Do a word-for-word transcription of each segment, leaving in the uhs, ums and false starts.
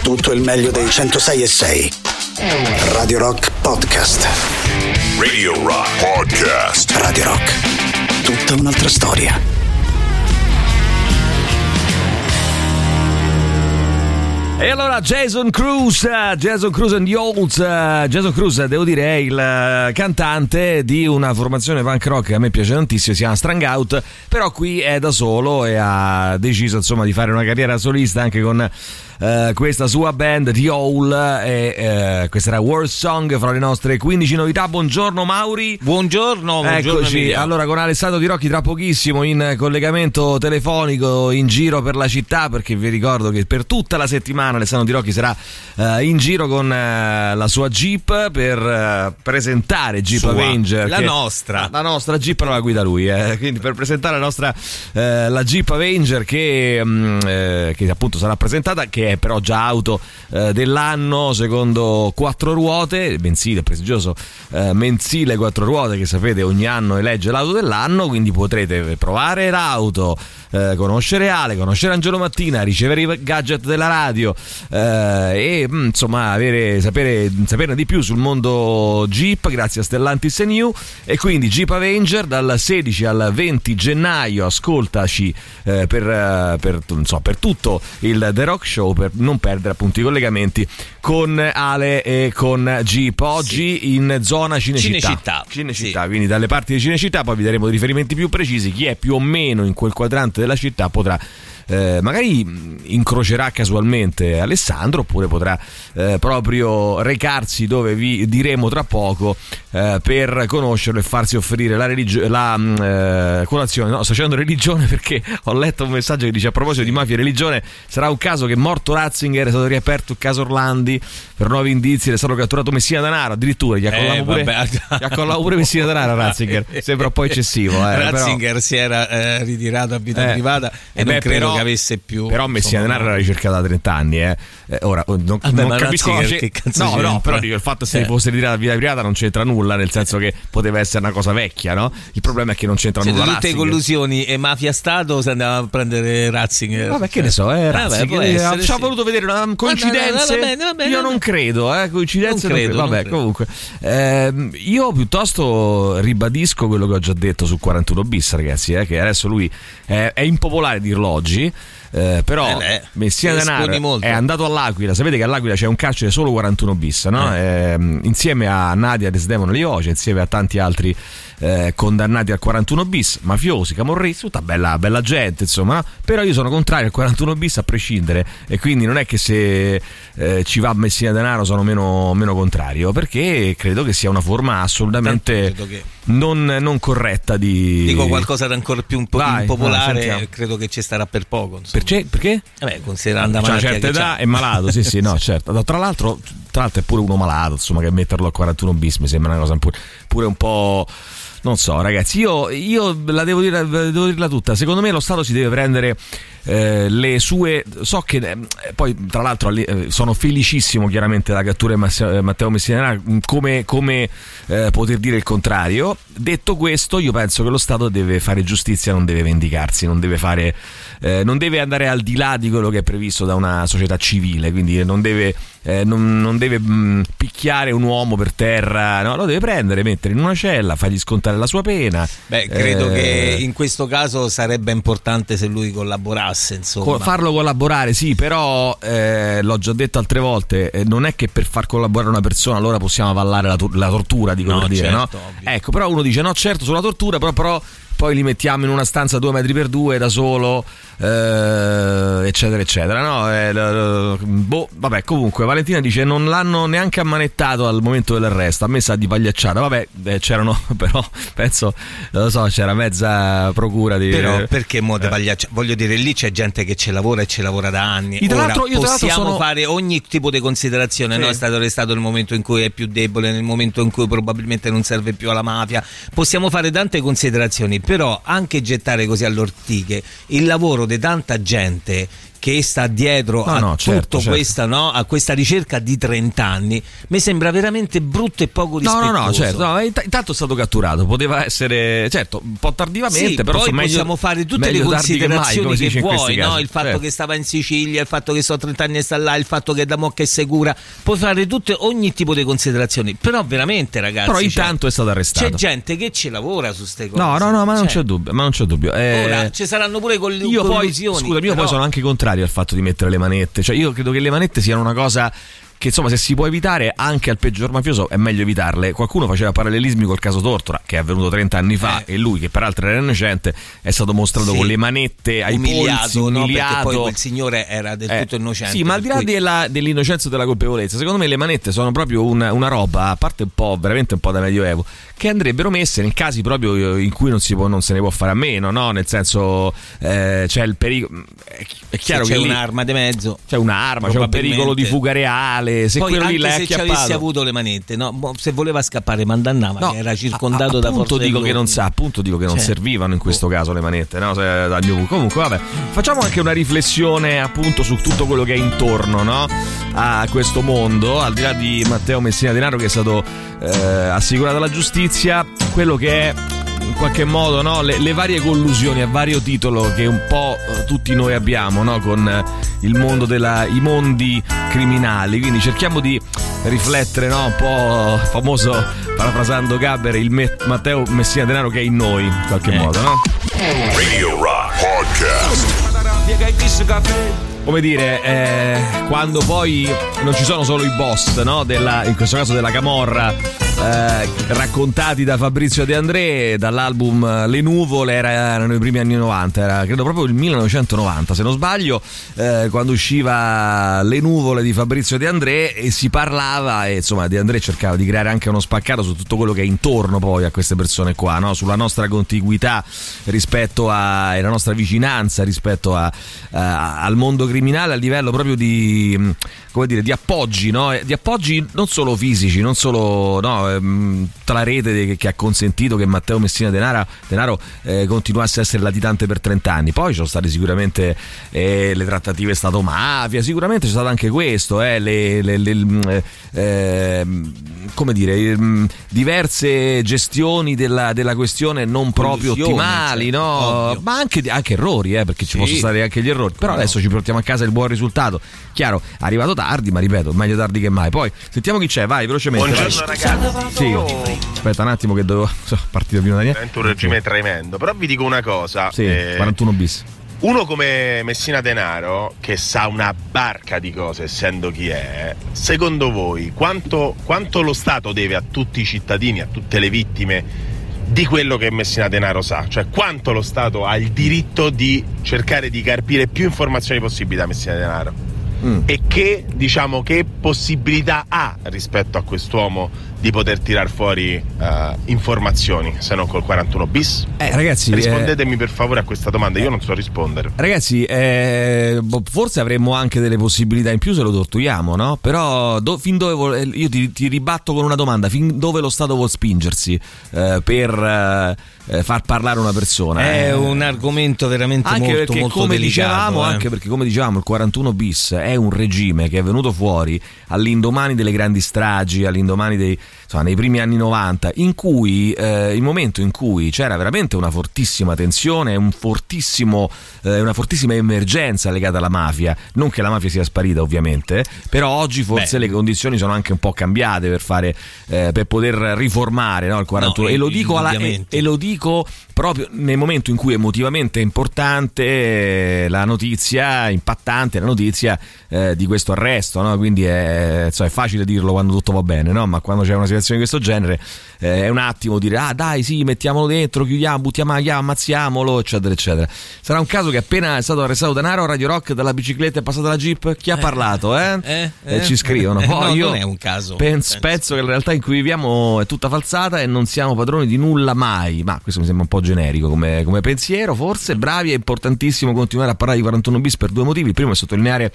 tutto il meglio dei centosei e sei. Radio Rock Podcast. Radio Rock Podcast. Radio Rock, tutta un'altra storia. E allora Jason Cruz, Jason Cruz and the Olds. Jason Cruz, devo dire, è il cantante di una formazione punk rock che a me piace tantissimo, si chiama Strung Out, però qui è da solo e ha deciso insomma di fare una carriera solista anche con Uh, questa sua band The Hole e uh, questa era World Song fra le nostre quindici novità. Buongiorno Mauri. Buongiorno, buongiorno. Eccoci, Emilio. allora con Alessandro Di Rocchi tra pochissimo in collegamento telefonico in giro per la città, perché vi ricordo che per tutta la settimana Alessandro Di Rocchi sarà uh, in giro con uh, la sua Jeep per uh, presentare Jeep Sua, Avenger, la che, nostra la nostra Jeep non la guida lui, eh, quindi per presentare la nostra uh, la Jeep Avenger che, um, uh, che appunto sarà presentata, che è però già auto eh, dell'anno secondo quattro ruote, mensile, prestigioso eh, mensile quattro ruote che sapete ogni anno elegge l'auto dell'anno, quindi potrete provare l'auto, eh, conoscere Ale, conoscere Angelo Mattina, ricevere i gadget della radio eh, e insomma avere, sapere, saperne di più sul mondo Jeep grazie a Stellantis e New. E quindi Jeep Avenger dal sedici al venti gennaio, ascoltaci eh, per, per, insomma, per tutto il The Rock Show, per non perdere appunto i collegamenti con Ale e con Jeep. Oggi sì, in zona Cinecittà, Cinecittà, Cinecittà sì. Quindi dalle parti di Cinecittà, poi vi daremo dei riferimenti più precisi. Chi è più o meno in quel quadrante della città potrà Eh, magari incrocerà casualmente Alessandro, oppure potrà eh, proprio recarsi dove vi diremo tra poco eh, per conoscerlo e farsi offrire la, religio- la eh, colazione. No, sto facendo religione perché ho letto un messaggio che dice: a proposito di mafia e religione, sarà un caso che morto Ratzinger è stato riaperto il caso Orlandi per nuovi indizi ed è stato catturato Messina Denaro. Addirittura gli accollavo eh, pure, gli accollavo pure Messina Denaro a Ratzinger. Sembra un po' eccessivo, eh, Ratzinger però si era eh, ritirato a vita eh, privata e beh, non credo però, che avesse più, però Messina insomma, Denaro era ricercata da trenta anni, eh. Eh, ora non, Vabbè, non capisco Ratzinger, che, che cazzo no c'entra? no però dico, il fatto che se Eh. fosse ritirata a vita privata non c'entra nulla, nel senso che poteva essere una cosa vecchia, no? Il problema è che non c'entra cioè, nulla tutte Ratzinger. collusioni e mafia stato si andava a prendere Ratzinger. Vabbè, che ne so, eh, Ratzinger, può essere, ci ha sì. voluto vedere una coincidenze. Va bene, va bene, io va bene. non credo, eh, coincidenze Non credo, non credo. Vabbè, non credo. comunque eh, io piuttosto ribadisco quello che ho già detto su quarantuno bis, ragazzi, eh, che adesso lui è, è impopolare dirlo oggi. Eh, però eh, eh, Messina Denaro è andato all'Aquila. Sapete che all'Aquila c'è un carcere solo quarantuno bis, no? Eh. Eh, insieme a Nadia Desdemona Lioce, insieme a tanti altri eh, condannati al quarantuno bis, mafiosi, camorristi, tutta bella, bella gente, insomma, no? Però io sono contrario al quarantuno bis a prescindere, e quindi non è che se eh, ci va Messina Denaro sono meno, meno contrario, perché credo che sia una forma assolutamente che... non, non corretta di... Dico qualcosa di ancora più impo- Vai, impopolare, vai, credo che ci starà per poco, insomma. Perché? Perché? Vabbè, considerando la C'ha una malattia certa che età, c'ha. è malato, sì sì, no, certo. No, tra l'altro, tra l'altro è pure uno malato, insomma, che metterlo a quarantuno bis mi sembra una cosa pure, pure un po'... Non so, ragazzi, io, io la devo dire, devo dirla tutta. Secondo me lo Stato si deve prendere eh, le sue... So che eh, poi, tra l'altro, eh, sono felicissimo chiaramente della cattura di Matteo Messina Denaro, come, come eh, poter dire il contrario. Detto questo, io penso che lo Stato deve fare giustizia, non deve vendicarsi, non deve fare... Eh, non deve andare al di là di quello che è previsto da una società civile, quindi non deve, eh, non, non deve mh, picchiare un uomo per terra, no, lo deve prendere, mettere in una cella, fargli scontare la sua pena. Beh, credo eh, che in questo caso sarebbe importante se lui collaborasse, insomma. co- farlo collaborare, sì, però eh, l'ho già detto altre volte, eh, non è che per far collaborare una persona allora possiamo avallare la, to- la tortura, dico No, per dire, certo, no? ovvio. Ecco, però uno dice no, certo, sulla tortura, però, però poi li mettiamo in una stanza due metri per due da solo, eh, eccetera eccetera, no? Eh, l- l- boh, vabbè, comunque Valentina dice non l'hanno neanche ammanettato al momento dell'arresto, a me sa di pagliacciata, vabbè, eh, c'erano però penso, non lo so, c'era mezza procura di... Però perché mo de eh. pagliaccia? Voglio dire, lì c'è gente che ci lavora e ci lavora da anni. Io tra Ora l'altro- io tra l'altro possiamo sono- fare ogni tipo di considerazione, Sì. no? È stato arrestato nel momento in cui è più debole, nel momento in cui probabilmente non serve più alla mafia. Possiamo fare tante considerazioni, però anche gettare così all'ortiche il lavoro di tanta gente che sta dietro no, a no, tutto certo, certo. questa, no? A questa ricerca di trenta anni, mi sembra veramente brutto e poco rispettoso. No, no, no, certo, no, intanto è stato catturato, poteva essere, certo, un po' tardivamente, sì, però poi meglio, possiamo fare tutte le considerazioni che, che vuoi, no? casi. Il fatto certo. che stava in Sicilia, il fatto che sto trenta anni e sta là, il fatto che da Mocca è sicura, puoi fare tutte, ogni tipo di considerazioni, però veramente, ragazzi, però intanto cioè, è stato arrestato. c'è gente che ci lavora su ste cose. No, no, no, ma cioè, non c'è dubbio, ma non c'è dubbio. Eh, ora ci saranno pure con le io poi, collusioni. scusami, io però... poi sono anche contrario al fatto di mettere le manette, cioè io credo che le manette siano una cosa che insomma se si può evitare anche al peggior mafioso è meglio evitarle. Qualcuno faceva parallelismi col caso Tortora che è avvenuto trenta anni fa eh. e lui che peraltro era innocente è stato mostrato sì. con le manette ai umiliato, polsi, umiliato, no? Perché poi quel signore era del tutto eh, innocente. Sì, ma al di là cui... della, dell'innocenza e della colpevolezza, secondo me le manette sono proprio una, una roba, a parte un po', veramente un po' da medioevo, che andrebbero messe nei casi proprio in cui non, si può, non se ne può fare a meno, no? Nel senso eh, c'è il pericolo, è, è chiaro se che c'è lì, un'arma di mezzo, c'è un'arma, c'è un pericolo di fuga reale, se poi quello lì l'hai se ci acchiappato, avessi avuto le manette, no? Se voleva scappare mandannava, no, che era circondato a, da appunto forze dico che non sa, appunto dico che non cioè, servivano in questo oh. caso le manette, no? Se, dal mio, comunque vabbè, facciamo anche una riflessione appunto su tutto quello che è intorno, no? A questo mondo, al di là di Matteo Messina Denaro che è stato eh, assicurato alla giustizia, quello che è in qualche modo, no? le, le varie collusioni a vario titolo che un po' tutti noi abbiamo, no? Con il mondo della i mondi criminali, quindi cerchiamo di riflettere, no? Un po' famoso, parafrasando Gabber, il Me- Matteo Messina Denaro che è in noi in qualche eh. modo, no? Radio Rock Podcast. Come dire, eh, quando poi non ci sono solo i boss, no? Della, in questo caso della camorra, eh, raccontati da Fabrizio De André dall'album Le Nuvole, era, erano i primi anni novanta, era credo proprio il millenovecentonovanta se non sbaglio, eh, quando usciva Le Nuvole di Fabrizio De André e si parlava, e insomma De André cercava di creare anche uno spaccato su tutto quello che è intorno poi a queste persone qua, no? Sulla nostra contiguità rispetto a, e la nostra vicinanza rispetto a, a, al mondo criminale a livello proprio di, come dire, di appoggi, no? Di appoggi non solo fisici, non solo, no, ehm, tutta la rete che ha consentito che Matteo Messina Denaro, Denaro eh, continuasse a essere latitante per trenta anni. Poi ci sono state sicuramente eh, le trattative Stato-mafia, sicuramente c'è stato anche questo, eh, le, le, le eh, come dire, eh, diverse gestioni della, della questione non proprio ottimali, cioè, no? Ovvio. Ma anche, anche errori, eh, perché sì. ci possono stare anche gli errori. Però no. adesso ci portiamo a casa il buon risultato. Chiaro, è arrivato tardi, ma ripeto, meglio tardi che mai. Poi sentiamo chi c'è, vai velocemente. Buongiorno vai. Ragazzi. Sì. Aspetta un attimo che devo so, partire prima da niente. È un regime sì. tremendo, però vi dico una cosa. Sì, eh, quarantuno bis. Uno come Messina Denaro, che sa una barca di cose essendo chi è, secondo voi quanto, quanto lo Stato deve a tutti i cittadini, a tutte le vittime di quello che Messina Denaro sa? Cioè quanto lo Stato ha il diritto di cercare di carpire più informazioni possibili da Messina Denaro? Mm. E che, diciamo, che possibilità ha rispetto a quest'uomo di poter tirar fuori uh, informazioni, se non col quarantuno bis? Eh, ragazzi, rispondetemi eh, per favore a questa domanda, io non so rispondere. Ragazzi, eh, forse avremmo anche delle possibilità in più se lo torturiamo, no? Però do, fin dove vuole, io ti, ti ribatto con una domanda: fin dove lo Stato vuol spingersi eh, per eh, far parlare una persona? È eh? un argomento veramente anche molto, molto come delicato. Dicevamo, eh. Anche perché, come dicevamo, il quarantuno bis è un regime che è venuto fuori all'indomani delle grandi stragi, all'indomani dei insomma, nei primi anni novanta, in cui eh, il momento in cui c'era veramente una fortissima tensione, un fortissimo, eh, una fortissima emergenza legata alla mafia. Non che la mafia sia sparita, ovviamente, però oggi forse Beh. le condizioni sono anche un po' cambiate per fare eh, per poter riformare, no, il quarantuno. No, e, lo dico alla, e, e lo dico proprio nel momento in cui emotivamente è importante la notizia, impattante la notizia eh, di questo arresto, no? Quindi è, so, è facile dirlo quando tutto va bene, no? Ma quando c'è una situazione di questo genere eh, è un attimo dire ah dai sì, mettiamolo dentro, chiudiamo, buttiamo la chiave, ammazziamolo, eccetera eccetera. Sarà un caso che appena è stato arrestato Denaro, Radio Rock dalla bicicletta è passata la Jeep, chi ha parlato? Eh? eh, eh, eh e ci scrivono. eh, Poi no, io non è un caso. Penso, penso che la realtà in cui viviamo è tutta falsata e non siamo padroni di nulla mai. Ma questo mi sembra un po' generico come, come pensiero, forse. Bravi, è importantissimo continuare a parlare di quarantuno bis per due motivi. Il primo è sottolineare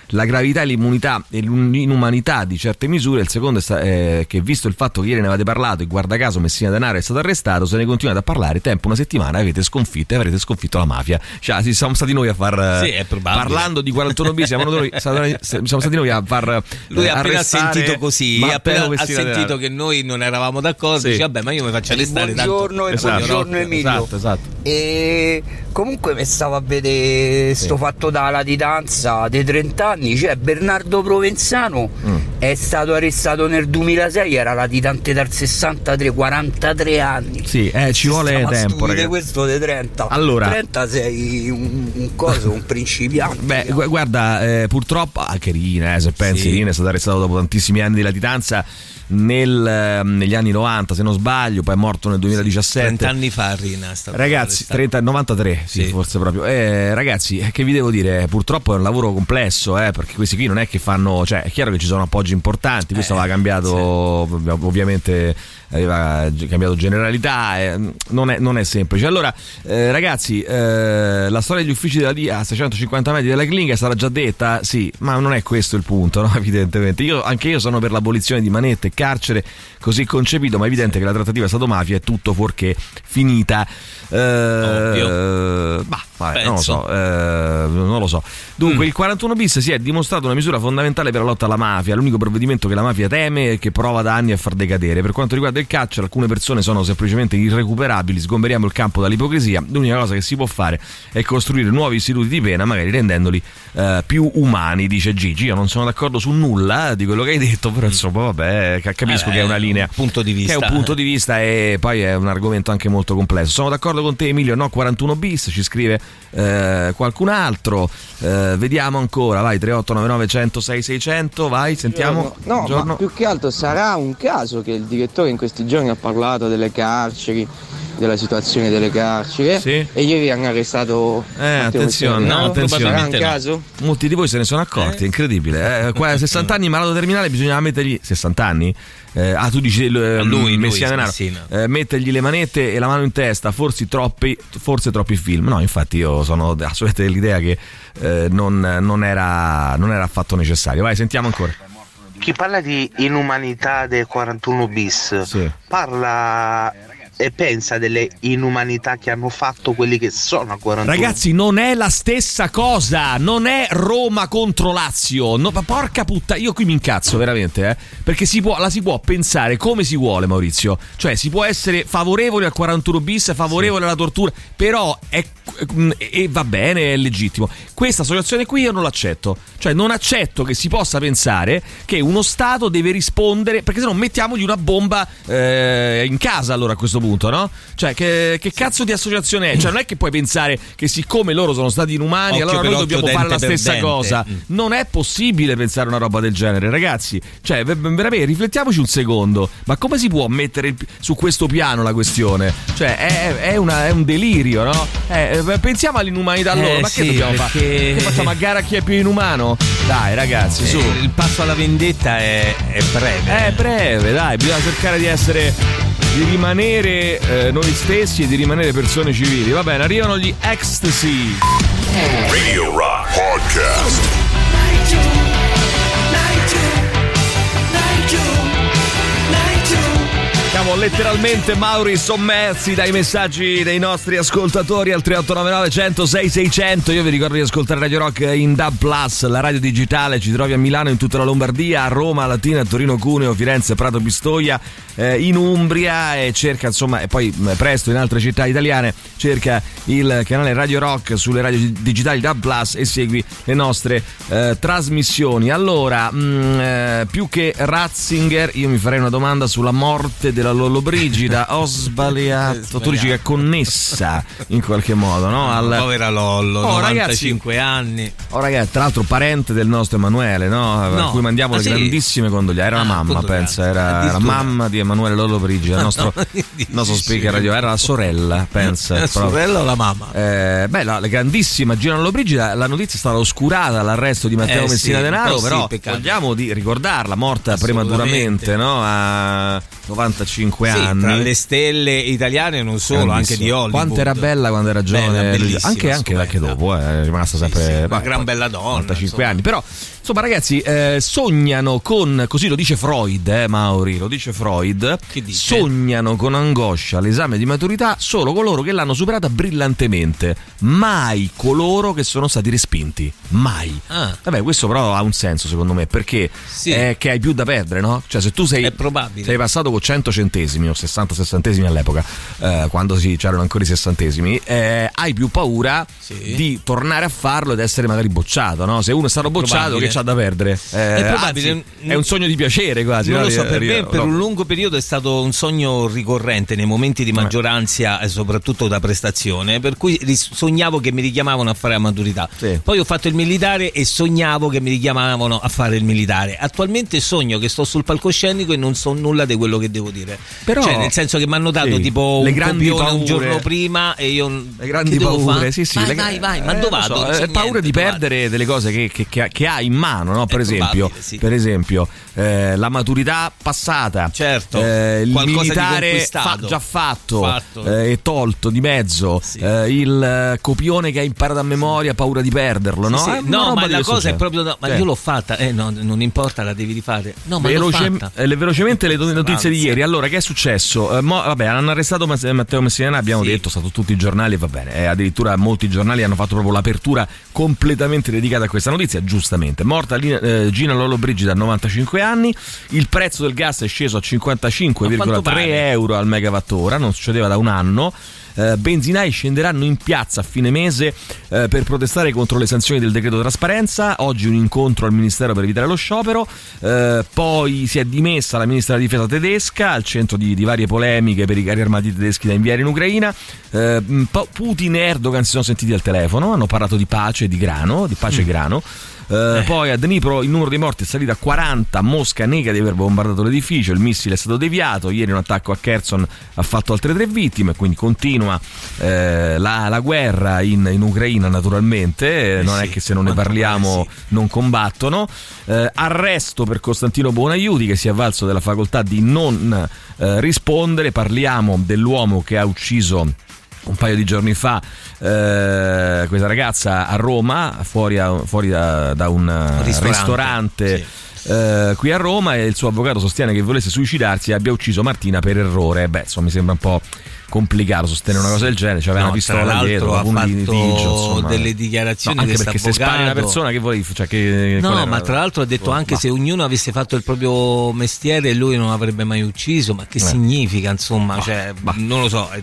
la gravità e l'immunità e l'inumanità di certe misure. Il secondo è sta- eh, che, visto il fatto che ieri ne avete parlato e guarda caso Messina Denaro è stato arrestato, se ne continuate a parlare, tempo una settimana avete sconfitto e avrete sconfitto la mafia. Cioè, sì, siamo stati noi a far sì, è probabile. Parlando di quarantuno bis siamo, noi, siamo stati noi a far lui eh, ha appena sentito così appena ha Messina sentito Denaro. Che noi non eravamo d'accordo, sì. Dice vabbè, ma io mi faccio arrestare. Buongiorno tanto. e Esatto. buongiorno Emilio. Esatto, esatto. E comunque mi stavo a vedere sto Sì. fatto da latitanza dei trenta anni, cioè Bernardo Provenzano mm. è stato arrestato nel duemilasei, era latitante dal sessantatré, quarantatré anni. Sì, eh, ci vuole tempo, ragazzi. Questo dei trenta. Allora, trenta sei un, un coso, un principiante. Beh, gu- guarda, eh, purtroppo anche Rina, eh, se pensi, sì. Rina è stato arrestato dopo tantissimi anni di latitanza. Nel, negli anni novanta, se non sbaglio, poi è morto nel duemiladiciassette. trenta anni fa Rina è stato Ragazzi, trenta, novantatré, sì, sì. forse proprio. Eh, ragazzi, che vi devo dire? Purtroppo è un lavoro complesso, eh, perché questi qui non è che fanno, cioè è chiaro che ci sono appoggi importanti, questo eh, aveva cambiato, sì. ovviamente aveva cambiato generalità, eh, non, è, non è semplice. Allora, eh, ragazzi, eh, la storia degli uffici della D I A a seicentocinquanta metri dalla clinica è stata già detta, sì, ma non è questo il punto, no? Evidentemente. Io, anche io sono per l'abolizione di manette, carcere così concepito, ma è evidente che la trattativa Stato-mafia è tutto fuorché finita. Eh, Ovvio. Bah, vabbè, non lo so, eh, non lo so. Dunque, mm. il quarantuno bis si è dimostrato una misura fondamentale per la lotta alla mafia, l'unico provvedimento che la mafia teme e che prova da anni a far decadere. Per quanto riguarda il carcere, alcune persone sono semplicemente irrecuperabili, sgomberiamo il campo dall'ipocrisia, l'unica cosa che si può fare è costruire nuovi istituti di pena, magari rendendoli eh, più umani, dice Gigi. Io non sono d'accordo su nulla di quello che hai detto, però insomma, vabbè, capisco eh, che è una linea, un punto di vista, che è un punto di vista e poi è un argomento anche molto complesso. Sono d'accordo con te, Emilio, no quarantuno bis, ci scrive eh, qualcun altro. Eh, vediamo ancora, vai, tre otto nove nove uno zero sei sei zero zero, vai, sentiamo. No, no, ma più che altro sarà un caso che il direttore in questi giorni ha parlato delle carceri, della situazione delle carceri, sì. E ieri hanno arrestato eh, attenzione, no, attenzione. Sarà un caso? Molti di voi se ne sono accorti, eh. è incredibile. Eh, qua, sessanta anni malato terminale, bisognava mettergli sessanta anni. Eh, ah, tu dici eh, lui, Messina Denaro, eh, mettergli le manette e la mano in testa, forse troppi, forse troppi film. No, infatti io sono assolutamente dell'idea che eh, non, non, era, non era affatto necessario. Vai, sentiamo ancora. Chi parla di inumanità del quarantuno bis sì. parla e pensa delle inumanità che hanno fatto quelli che sono a quarantuno. Ragazzi, non è la stessa cosa, non è Roma contro Lazio, no, ma porca puttana, io qui mi incazzo veramente, eh, perché si può, la si può pensare come si vuole, Maurizio, cioè si può essere favorevoli al quarantuno bis, favorevole sì. alla tortura, però è, e va bene, è legittimo. Questa associazione qui io non l'accetto, cioè non accetto che si possa pensare che uno Stato deve rispondere, perché se no mettiamogli una bomba eh, in casa allora a questo punto, no? Cioè che, che cazzo di associazione è? Cioè non è che puoi pensare che siccome loro sono stati inumani occhio allora noi dobbiamo occhio, fare la stessa dente. cosa. Mm. Non è possibile pensare una roba del genere, ragazzi, cioè veramente riflettiamoci un secondo, ma come si può mettere su questo piano la questione? Cioè è, è, una, è un delirio, no? Eh, pensiamo all'inumanità loro, eh, ma sì, che dobbiamo perché... fare? Che facciamo a gara chi è più inumano? Dai ragazzi, su. Eh, il passo alla vendetta è, è breve. È breve, dai, bisogna cercare di essere, di rimanere eh, noi stessi e di rimanere persone civili. Va bene, arrivano gli Ecstasy. Radio Rock Podcast. Siamo letteralmente Mauri sommersi dai messaggi dei nostri ascoltatori al tre otto nove nove uno zero sei sei zero zero. Io vi ricordo di ascoltare Radio Rock in D A B Plus, la radio digitale. Ci trovi a Milano, in tutta la Lombardia, a Roma, a Latina, a Torino, Cuneo, Firenze, Prato, Pistoia, eh, in Umbria, e cerca insomma, e poi presto in altre città italiane, cerca il canale Radio Rock sulle radio digitali D A B Plus e segui le nostre eh, trasmissioni. Allora, mh, eh, più che Ratzinger, io mi farei una domanda sulla morte della Lollobrigida. Ho sbagliato. Tu dici che è connessa in qualche modo, no? Al... Povera Lollo, oh, novantacinque ragazzi, anni. Oh ragazzi, tra l'altro parente del nostro Emanuele, no? no. A cui mandiamo ah, le sì? grandissime condoglianze. Era ah, la mamma, pensa, era la mamma di Emanuele Lollobrigida, il nostro, nostro speaker radio. Era la sorella, pensa. La sorella o la mamma? Eh, beh, la, la grandissima Gina Lollobrigida, la notizia è stata oscurata all'arresto di Matteo eh, Messina sì, Denaro, sì, però peccato. vogliamo di ricordarla, morta prematuramente, no? A novantacinque sì, anni. Tra le stelle italiane non solo, anche di Hollywood. Quanto era bella quando era giovane, bella, anche, anche, anche dopo, eh, è rimasta sempre sì, sì, una gran bella donna, novantacinque insomma. anni, però Insomma, ragazzi, eh, sognano con, così lo dice Freud, eh, Mauri, lo dice Freud, Che dice? sognano con angoscia l'esame di maturità solo coloro che l'hanno superata brillantemente, mai coloro che sono stati respinti, mai. Ah. Vabbè, questo però ha un senso secondo me, perché Sì. è che hai più da perdere, no? Cioè, se tu sei, È probabile. sei passato con cento centesimi o sessanta sessantesimi all'epoca, eh, quando si, c'erano ancora i sessantesimi, eh, hai più paura Sì. di tornare a farlo ed essere magari bocciato, no? Se uno è stato bocciato, Probabile. che c'ha da perdere? Eh, È probabile. anzi, è un sogno di piacere quasi. Non no? lo so, per Ri- me per no. un lungo periodo è stato un sogno ricorrente nei momenti di maggioranza e soprattutto da prestazione, per cui ris- sognavo che mi richiamavano a fare la maturità. Sì. Poi ho fatto il militare e sognavo che mi richiamavano a fare il militare. Attualmente sogno che sto sul palcoscenico e non so nulla di quello che devo dire. Però- cioè, nel senso che mi hanno dato sì, tipo le un grandi copione paure. un giorno prima e io Le grandi che devo paure, fare? sì, sì. Vai, le- vai, vai, ma eh, dove lo vado? so, Non eh, so paura niente, di dove vado? perdere delle cose che, che- che- che hai in mano, no? Per È esempio, probabile, sì. per esempio eh, la maturità passata, Certo, eh, il qualcosa di militare conquistato. già fatto, Fatto. eh, e tolto di mezzo, Sì. eh, il eh, copione che hai imparato a memoria, paura di perderlo, no? Sì, sì. È una No, roba ma di la questo cosa è genere. proprio no, ma Sì. io l'ho fatta, eh no, non importa, la devi rifare. No, ma Veloce- l'ho fatta. eh, le- velocemente le do- notizie di Anzi. ieri. Allora, che è successo? Eh, mo- vabbè, hanno arrestato Mas- Matteo Messina, abbiamo Sì. detto, è stato tutti i giornali, va bene. Eh, addirittura molti giornali hanno fatto proprio l'apertura completamente dedicata a questa notizia, giustamente. Morta Lina- eh, Gina Lollobrigida a novantacinque anni, il prezzo del gas è sceso a cinquantacinque virgola A quanto tre pare. euro al megawattora, non succedeva da un anno. Eh, benzinai scenderanno in piazza a fine mese eh, per protestare contro le sanzioni del decreto trasparenza. Oggi un incontro al Ministero per evitare lo sciopero. Eh, poi si è dimessa la ministra della difesa tedesca, al centro di, di varie polemiche per i carri armati tedeschi da inviare in Ucraina. Eh, Putin e Erdogan si sono sentiti al telefono, hanno parlato di pace e di grano, di pace e grano. Eh, poi a Dnipro il numero dei morti è salito a quaranta. Mosca nega di aver bombardato l'edificio, il missile è stato deviato. Ieri un attacco a Kherson ha fatto altre tre vittime, quindi continua eh, la, la guerra in, in Ucraina, naturalmente. Eh, non sì, è che se non ne quanto parliamo pare non combattono. Eh, arresto per Costantino Buonaiuti, che si è avvalso della facoltà di non eh, rispondere. Parliamo dell'uomo che ha ucciso un paio di giorni fa eh, questa ragazza a Roma, fuori, a, fuori da, da un Ristorante, ristorante, sì. eh, qui a Roma, e il suo avvocato sostiene che volesse suicidarsi e abbia ucciso Martina per errore. Beh, insomma, mi sembra un po' complicato sostenere una cosa del genere, cioè aveva No, una tra pistola l'altro dietro, ha un fatto litigio, insomma. delle dichiarazioni No, anche di perché se spari una quest'avvocato. persona che volevi, cioè che No, qual è ma la- tra l'altro ha detto anche no. se ognuno avesse fatto il proprio mestiere lui non avrebbe mai ucciso, ma che Eh. significa, insomma, cioè, bah. non lo so, è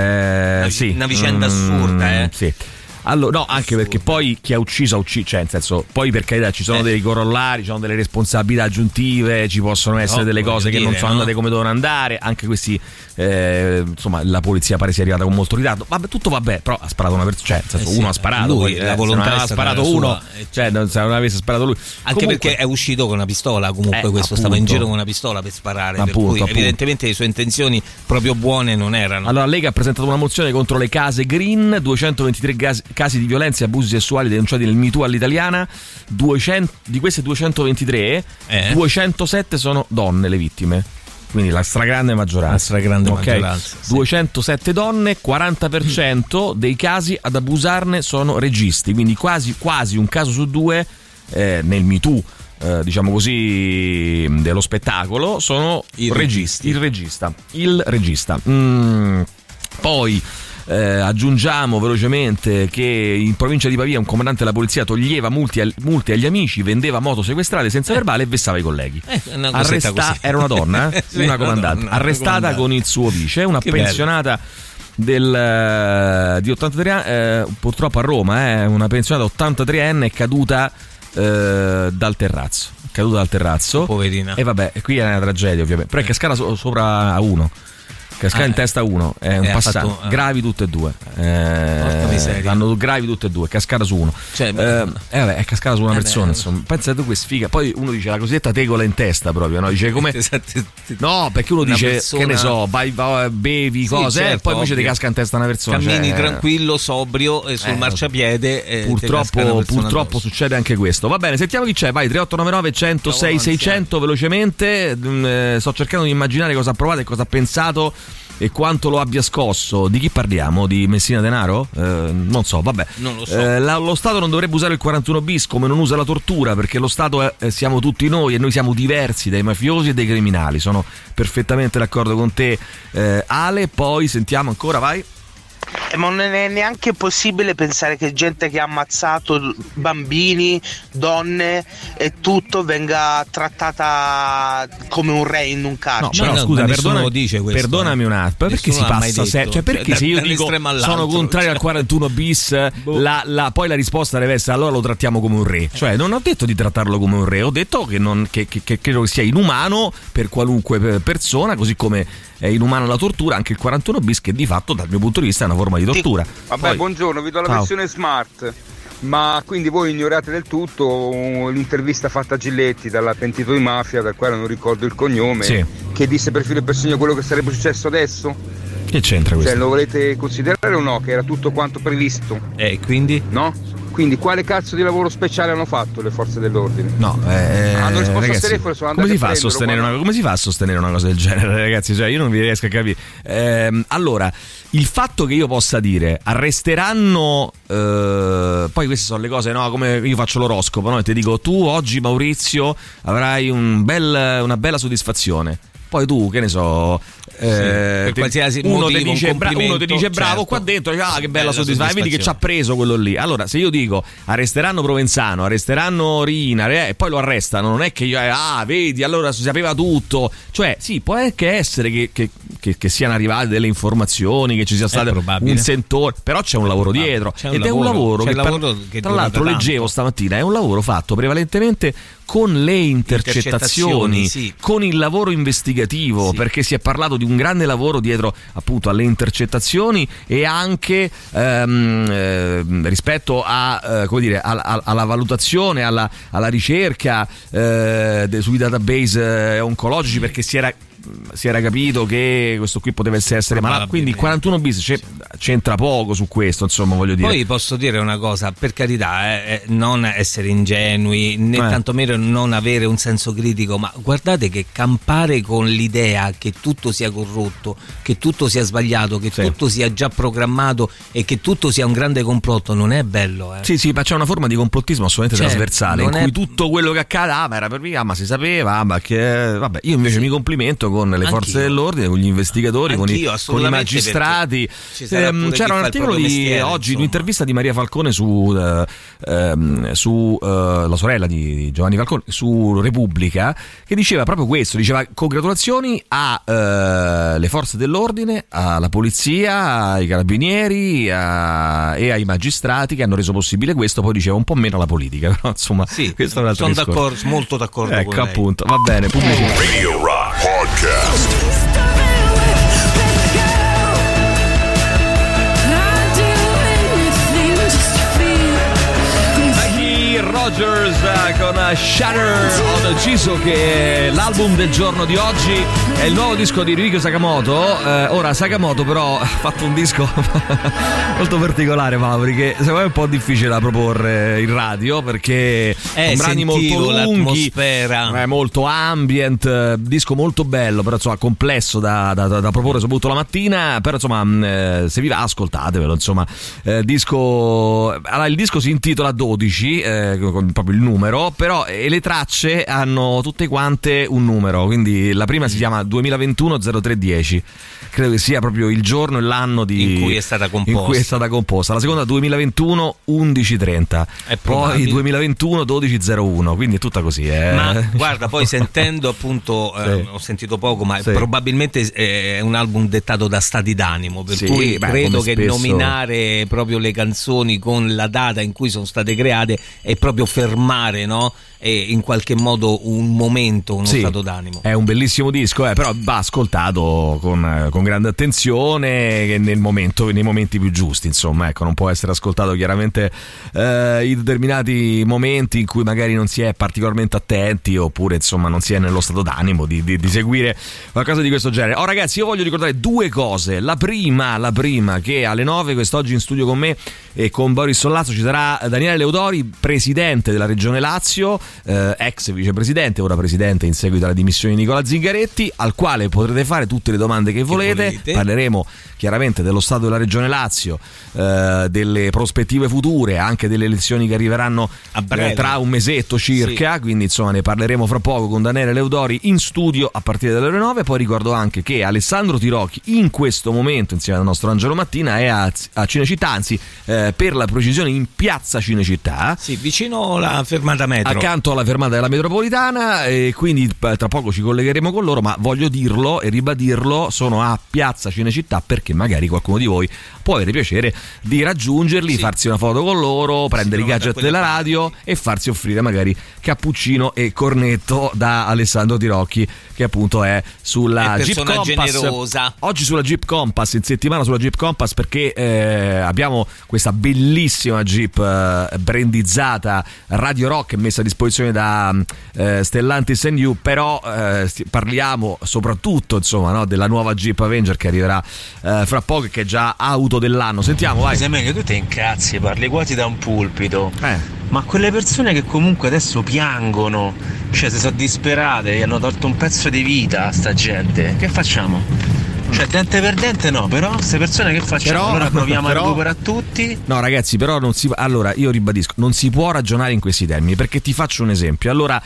Eh, una, sì. una vicenda Mm, assurda, eh. Sì. Allora, no, anche Assurdo. perché poi chi ha ucciso ha ucciso, cioè nel senso, poi per carità ci sono Eh. dei corollari, ci sono delle responsabilità aggiuntive, ci possono essere No, delle voglio cose che non dire, sono no? andate come dovevano andare, anche questi, eh, insomma, la polizia pare sia arrivata con molto ritardo. Vabbè, tutto vabbè, però ha sparato una persona, cioè nel senso, Eh sì, uno ha sparato, lui, poi, la eh, volontà se non è aveva stata sparato la uno, sua, eh, cioè non- se non avesse sparato lui. Anche Comunque- perché è uscito con una pistola, comunque Eh, questo appunto. stava in giro con una pistola per sparare, per Appunto, cui appunto. evidentemente le sue intenzioni proprio buone non erano. Allora, la Lega ha presentato una mozione contro le case green, duecentoventitré gas- casi di violenza e abusi sessuali denunciati nel MeToo all'italiana. duecento di queste duecentoventitré, Eh? duecentosette sono donne le vittime. Quindi la stragrande maggioranza. La stragrande Ok? maggioranza, sì. duecentosette donne, quaranta per cento dei casi ad abusarne sono registi, quindi quasi, quasi un caso su due eh, nel MeToo, eh, diciamo così, dello spettacolo sono I registi. Il regista. Il regista. Mm, poi Eh, aggiungiamo velocemente che in provincia di Pavia un comandante della polizia toglieva multi al- multe agli amici, vendeva moto sequestrate senza verbale e vessava i colleghi. Eh, una cosetta Arresta- così. era una donna, eh? Sì, una comandante, donna, arrestata una comandante. con il suo vice, una Che bello. pensionata del, eh, di ottantatré anni, eh, purtroppo a Roma, eh, una pensionata ottantatre enne caduta eh, dal terrazzo, caduta dal terrazzo. Poverina. E vabbè, e qui è una tragedia ovviamente, però è cascata so- sopra a uno. Cascata Ah, in eh. testa a uno, è un Eh, ha passaggio. fatto, eh. Gravi tutte e due. Eh, Porca miseria. Hanno gravi tutte e due, cascata su uno. Cioè, eh, beh, eh, vabbè, è cascata su una eh, persona, beh. insomma. Pensa tu che sfiga. Poi uno dice la cosiddetta tegola in testa proprio, no? Dice come. Esatto. No, perché uno Una dice, persona- che ne so, vai, vai, bevi Sì, cose, certo, e poi invece ti ovvio. casca in testa una persona. Cammini cioè, tranquillo, sobrio e sul eh, marciapiede e ti casca una Purtroppo, persona purtroppo addosso. succede anche questo. Va bene, sentiamo chi c'è. Vai, tre otto nove nove uno zero sei sei zero zero velocemente. Mm, eh, sto cercando di immaginare cosa ha provato e cosa ha pensato e quanto lo abbia scosso. Di chi parliamo? Di Messina Denaro? Eh, non so, vabbè. Non lo so. Eh, la, lo Stato non dovrebbe usare il quarantuno bis come non usa la tortura, perché lo Stato è, siamo tutti noi e noi siamo diversi dai mafiosi e dai criminali. Sono perfettamente d'accordo con te, eh, Ale. Poi sentiamo ancora, vai. Eh, ma non è neanche possibile pensare che gente che ha ammazzato bambini, donne e tutto venga trattata come un re in un carcere. No, però no, scusa, ma perdona, lo dice questo, perdonami un attimo, perché si passa se, cioè perché se io dico sono contrario cioè. al quarantuno bis, boh. la, la, poi la risposta deve essere allora lo trattiamo come un re. Cioè non ho detto di trattarlo come un re, ho detto che, non, che, che, che credo che sia inumano per qualunque persona, così come è inumana la tortura, anche il quarantuno bis, che di fatto dal mio punto di vista è una forma di tortura. Vabbè, Poi, buongiorno, vi do la ciao. versione smart. Ma quindi voi ignorate del tutto l'intervista fatta a Giletti dalla pentito di mafia, dal quale non ricordo il cognome, sì. che disse per filo e per segno quello che sarebbe successo adesso? Che c'entra questo? Cioè, lo volete considerare o no? Che era tutto quanto previsto? Eh, quindi? No? Quindi quale cazzo di lavoro speciale hanno fatto le forze dell'ordine? No, eh, hanno risposto ragazzi, al telefono, sono come si, andati fa a a sostenere prenderlo, una, come si fa a sostenere una cosa del genere, ragazzi? Cioè, io non vi riesco a capire. Eh, allora, il fatto che io possa dire arresteranno, eh, poi queste sono le cose, no? Come io faccio l'oroscopo, no? E ti dico, tu oggi, Maurizio, avrai un bel, una bella soddisfazione. Poi tu, che ne so, sì, per te, qualsiasi uno motivo, ti dice, un bra- uno ti dice bravo, certo. qua dentro, ah, che bella, Bella soddisfazione, vedi che ci ha preso quello lì. Allora, se io dico arresteranno Provenzano, arresteranno Rina, eh, e poi lo arrestano, non è che io, eh, ah, vedi, allora si sapeva tutto. Cioè, sì, può anche essere che, che, che, che siano arrivate delle informazioni, che ci sia stato un sentore, però c'è un lavoro dietro. C'è un ed lavoro, è un lavoro c'è che, lavoro per, che tra l'altro, tanto. leggevo stamattina, è un lavoro fatto prevalentemente con le intercettazioni, intercettazioni sì. con il lavoro investigativo, sì. perché si è parlato di un grande lavoro dietro appunto alle intercettazioni e anche ehm, eh, rispetto a, eh, come dire, a, a, alla valutazione, alla, alla ricerca eh, de, sui database eh, oncologici, perché si era si era capito che questo qui potesse essere malato, quindi il quarantuno bis c'entra poco su questo, insomma, voglio dire. Poi posso dire una cosa, per carità, eh, non essere ingenui né eh. tantomeno non avere un senso critico, ma guardate che campare con l'idea che tutto sia corrotto, che tutto sia sbagliato, che sì. tutto sia già programmato e che tutto sia un grande complotto non è bello, eh. Sì, sì, ma c'è una forma di complottismo assolutamente cioè, trasversale, in cui è... tutto quello che accade, ah, ma era per via, ah, ma si sapeva, ah, ma che vabbè, io invece sì. mi complimento con le Anch'io. forze dell'ordine, con gli investigatori, con i, con i magistrati. Ehm, c'era un articolo di mestiere, oggi, insomma. un'intervista di Maria Falcone su, uh, um, su uh, la sorella di, di Giovanni Falcone, su Repubblica, che diceva proprio questo, diceva congratulazioni alle uh, forze dell'ordine, alla polizia, ai carabinieri a, e ai magistrati che hanno reso possibile questo. Poi diceva un po' meno alla politica, però insomma sì, questo è un altro sono discorso. d'accordo, molto d'accordo ecco, con lei. appunto, va bene, pubblicità. Radio Rock Podcast. Rogers con Shatter on Jiso, che è l'album del giorno di oggi, è il nuovo disco di Ryuichi Sakamoto. Eh, ora Sakamoto però ha fatto un disco molto particolare, Mauri, che secondo me è un po' difficile da proporre in radio, perché eh, sono brani molto lunghi, l'atmosfera, eh, molto ambient, disco molto bello, però insomma complesso da, da, da, da proporre soprattutto la mattina, però insomma eh, se vi va ascoltatevelo, insomma. Eh, disco, allora, il disco si intitola dodici, eh, con proprio il numero, però e le tracce hanno tutte quante un numero, quindi la prima si chiama duemilaventuno zero tre dieci, credo che sia proprio il giorno e l'anno di, in cui è stata composta, in cui è stata composta. La seconda duemilaventuno undici trenta, poi duemilaventuno dodici zero uno, quindi è tutta così, eh. Ma guarda, poi sentendo appunto sì. eh, ho sentito poco, ma sì. probabilmente è un album dettato da stati d'animo, per sì, cui beh, credo che spesso... nominare proprio le canzoni con la data in cui sono state create è proprio fermare, no? E in qualche modo un momento, uno sì, stato d'animo. È un bellissimo disco, eh, però va ascoltato con, con grande attenzione nel momento, nei momenti più giusti, insomma, ecco, non può essere ascoltato chiaramente eh, in determinati momenti in cui magari non si è particolarmente attenti, oppure insomma non si è nello stato d'animo di, di, di seguire qualcosa di questo genere. Oh ragazzi, io voglio ricordare due cose. La prima, la prima che alle nove quest'oggi in studio con me e con Boris Sollazzo ci sarà Daniele Leodori, presidente della Regione Lazio, eh, ex vicepresidente, ora presidente in seguito alla dimissioni di Nicola Zingaretti, al quale potrete fare tutte le domande che, che volete. volete. Parleremo chiaramente dello stato della Regione Lazio, eh, delle prospettive future, anche delle elezioni che arriveranno a eh, tra un mesetto circa, sì. Quindi insomma ne parleremo fra poco con Daniele Leodori in studio a partire dalle ore nove. Poi ricordo anche che Alessandro Tirocchi in questo momento insieme al nostro Angelo Mattina è a, a Cinecittà, anzi eh, per la precisione in piazza Cinecittà, sì, vicino alla fermata metro, accanto alla fermata della metropolitana, e quindi tra poco ci collegheremo con loro, ma voglio dirlo e ribadirlo, sono a piazza Cinecittà perché magari qualcuno di voi può avere piacere di raggiungerli, sì. farsi una foto con loro, prendere sì, i gadget della radio e farsi offrire magari cappuccino e cornetto da Alessandro Tirocchi, che appunto è sulla è Jeep Compass generosa. Oggi sulla Jeep Compass, in settimana sulla Jeep Compass, perché eh, abbiamo questa bellissima Jeep eh, brandizzata Radio Rock messa a disposizione da eh, Stellantis and You, però eh, parliamo soprattutto insomma, no, della nuova Jeep Avenger che arriverà eh, fra poco e che è già auto dell'anno. Sentiamo, vai. Sembra che tu te incazzi, parli quasi da un pulpito. Eh. Ma quelle persone che comunque adesso piangono, cioè se sono disperate, gli hanno tolto un pezzo di vita a sta gente, che facciamo? Cioè dente per dente no, però queste persone che facciamo? Però, allora proviamo però, a recuperare tutti? No ragazzi, però non si, allora io ribadisco, non si può ragionare in questi termini, perché ti faccio un esempio. Allora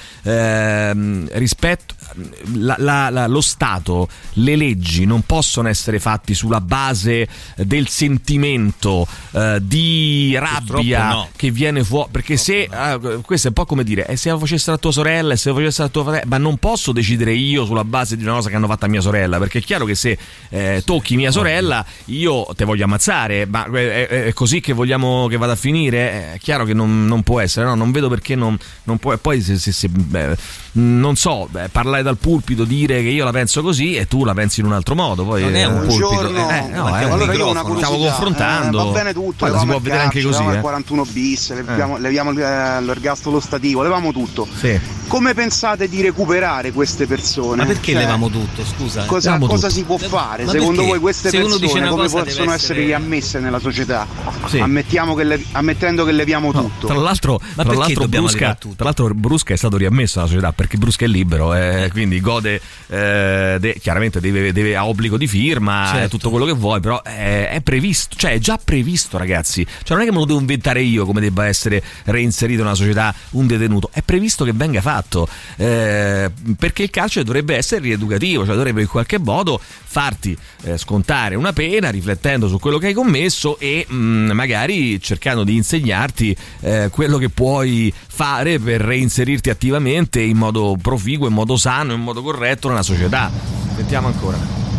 ehm, rispetto la, la, la, lo Stato, le leggi non possono essere fatti sulla base del sentimento eh, di rabbia no. che viene fuori, perché se no. eh, questo è un po' come dire eh, se lo facesse la tua sorella, se lo facesse la tua fratello, ma non posso decidere io sulla base di una cosa che hanno fatto a mia sorella, perché è chiaro che se Eh, tocchi mia sorella io te voglio ammazzare, ma è, è così che vogliamo che vada a finire? È chiaro che non, non può essere, no? Non vedo perché non, non può. E poi se, se, se beh, non so, beh, parlare dal pulpito, dire che io la penso così e tu la pensi in un altro modo, poi non è un pulpito. Giorno, eh, no, eh, allora io ho una curiosità, stiamo confrontando, eh, va bene tutto, poi si può vedere anche così, eh. quarantuno bis, leviamo, eh. leviamo l'ergastolo stativo, levamo tutto. Sì. Come pensate di recuperare queste persone? Ma perché cioè, levamo tutto? Scusa. Cosa, cosa si può Le, fare? ma Secondo perché? voi queste Se persone come possono essere... essere riammesse nella società? Sì. Ammettiamo che le, ammettendo che leviamo no, tutto. Tra l'altro, ma tra perché l'altro Brusca, tutto? tra l'altro Brusca è stato riammesso alla società perché Brusca è libero, eh, quindi gode eh, de, chiaramente deve, deve ha obbligo di firma, certo. tutto quello che vuoi, però è, è previsto, cioè è già previsto, ragazzi. Cioè non è che me lo devo inventare io come debba essere reinserito nella società un detenuto, è previsto che venga fatto. Eh, perché il carcere dovrebbe essere rieducativo, cioè dovrebbe in qualche modo farti eh, scontare una pena riflettendo su quello che hai commesso e mh, magari cercando di insegnarti eh, quello che puoi fare per reinserirti attivamente in modo proficuo, in modo sano, in modo corretto nella società. Sentiamo ancora.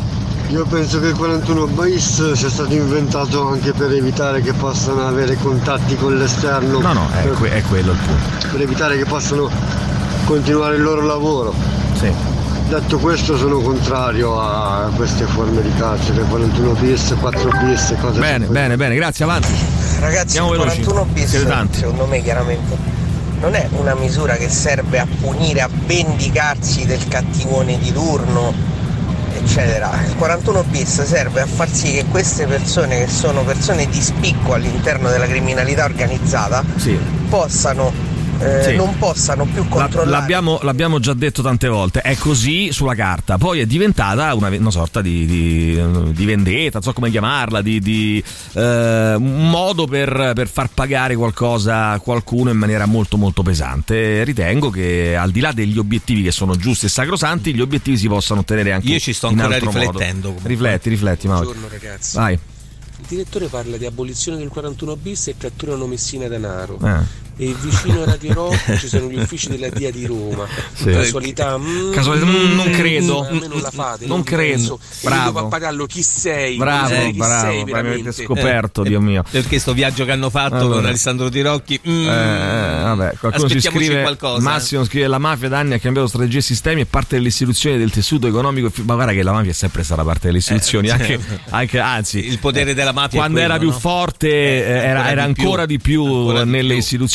Io penso che il quarantuno bis sia stato inventato anche per evitare che possano avere contatti con l'esterno. No, no, è, que- è quello il punto. Per evitare che possano continuare il loro lavoro. Sì. Detto questo, sono contrario a queste forme di carcere, quarantuno bis, quattro bis e cose bene, così. Bene, bene, grazie, avanti. Ragazzi, il quarantuno bis, secondo me, chiaramente non è una misura che serve a punire, a vendicarsi del cattivone di turno, eccetera. Il quarantuno bis serve a far sì che queste persone, che sono persone di spicco all'interno della criminalità organizzata, sì. possano Eh, sì. non possano più controllare. L'abbiamo, l'abbiamo già detto tante volte, è così sulla carta, poi è diventata una, una sorta di, di, di vendetta, non so come chiamarla, di, di eh, un modo per, per far pagare qualcosa a qualcuno in maniera molto molto pesante. Ritengo che al di là degli obiettivi che sono giusti e sacrosanti, gli obiettivi si possano ottenere anche io ci sto in ancora altro riflettendo modo. Rifletti, rifletti, Mauro. Buongiorno ragazzi. Vai. Il direttore parla di abolizione del quarantuno bis e catturano Messina Denaro. Eh. E vicino a Radio Rock ci sono gli uffici della D I A di Roma. Sì. Casualità? Mm, Casualità mm, non credo. A me non la fate. Non, non credo. Bravo. Io Pappagallo, chi sei? Bravo, chi bravo. sei veramente scoperto, eh, Dio mio. Perché sto viaggio che hanno fatto allora. con Alessandro Tirocchi. Mm, eh, vabbè, qualcuno ci scrive qualcosa. Massimo scrive: la mafia da anni ha cambiato strategie e sistemi, è parte delle istituzioni del tessuto economico. Ma guarda che la mafia è sempre stata parte delle istituzioni, eh, anche, anche anzi il potere della mafia quando quello, era più no? forte eh, era, era ancora di più, ancora di più ancora nelle di più. istituzioni.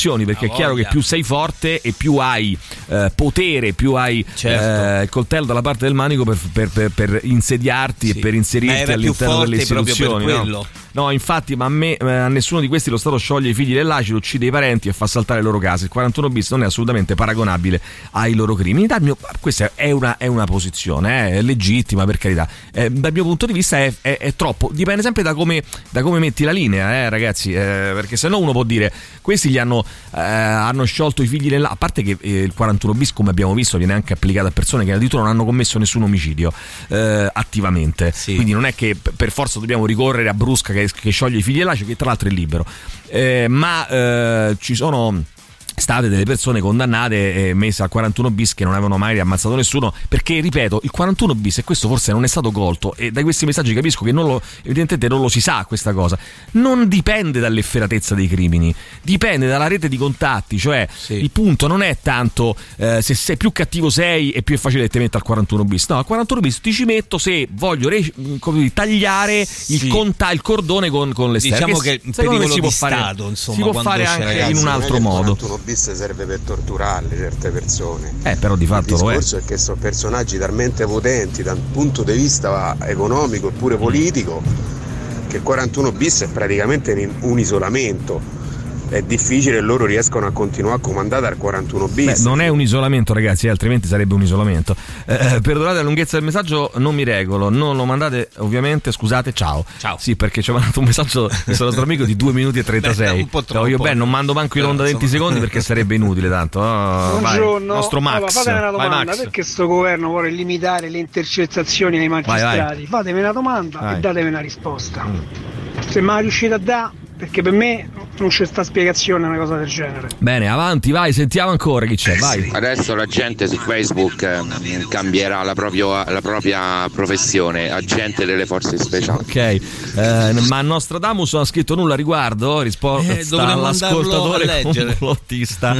istituzioni, perché è chiaro che più sei forte e più hai eh, potere, più hai certo. eh, il coltello dalla parte del manico per, per, per, per insediarti sì. e per inserirti all'interno delle istituzioni. Per quello. No? No, infatti, ma a me eh, a nessuno di questi lo Stato scioglie i figli dell'acido, uccide i parenti e fa saltare le loro case. Il quarantuno bis non è assolutamente paragonabile ai loro crimini. Dal mio, questa è una, è una posizione, eh, è legittima, per carità. Eh, dal mio punto di vista è, è, è troppo. Dipende sempre da come, da come metti la linea, eh, ragazzi. Eh, perché se no uno può dire questi gli hanno, eh, hanno sciolto i figli dell'acido. A parte che eh, il quarantuno bis, come abbiamo visto, viene anche applicato a persone che addirittura non hanno commesso nessun omicidio eh, attivamente. Sì. Quindi non è che per forza dobbiamo ricorrere a Brusca che che scioglie i figli dell'acido, che tra l'altro è libero, eh, ma eh, ci sono state delle persone condannate e messe al quarantuno bis che non avevano mai ammazzato nessuno, perché ripeto, il quarantuno bis, e questo forse non è stato colto, e da questi messaggi capisco che non lo, evidentemente non lo si sa questa cosa, non dipende dall'efferatezza dei crimini, dipende dalla rete di contatti, cioè sì. il punto non è tanto eh, se sei più cattivo sei e più è facile che ti metta al quarantuno bis, no, al quarantuno bis ti ci metto se voglio re, come, tagliare sì. il, conta, il cordone con, con l'esterno, diciamo che secondo me si può fare, Stato, insomma, si può fare anche ragazzi, in un altro modo. Bis serve per torturarle certe persone. Eh, però di fatto il lo è. Il discorso è che sono personaggi talmente potenti dal punto di vista economico e pure politico che il quarantuno bis è praticamente un isolamento. È difficile, loro riescono a continuare a comandare al quarantuno bis. Beh, non è un isolamento, ragazzi, altrimenti sarebbe un isolamento. Eh, perdonate la lunghezza del messaggio, non mi regolo, non lo mandate ovviamente, scusate, ciao. Ciao. Sì, perché ci ha mandato un messaggio questo nostro amico di due minuti e trentasei. Beh, un po' troppo. Io beh, non mando manco in onda venti secondi perché sarebbe inutile tanto. Oh, Buongiorno. Vai, nostro Max. Allora, fatemi una domanda, vai, Max. Perché sto governo vuole limitare le intercettazioni ai magistrati? Vai, vai. Fatemi una domanda vai. e datemi una risposta. Mm. Se mai riuscite a dare, perché per me non c'è sta spiegazione a una cosa del genere. Bene, avanti, vai, sentiamo ancora chi c'è, vai. Adesso la gente su Facebook eh, cambierà la, proprio, la propria professione, agente delle forze speciali. Ok, eh, ma Nostradamus non ha scritto nulla a riguardo, risposta eh, all'ascoltatore complottista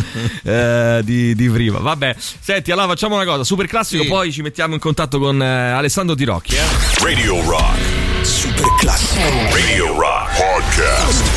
eh, di, di prima. Vabbè, senti, allora facciamo una cosa, super classico, sì. Poi ci mettiamo in contatto con eh, Alessandro Tirocchi. Eh. Radio Rock, super classico. Radio Rock Podcast.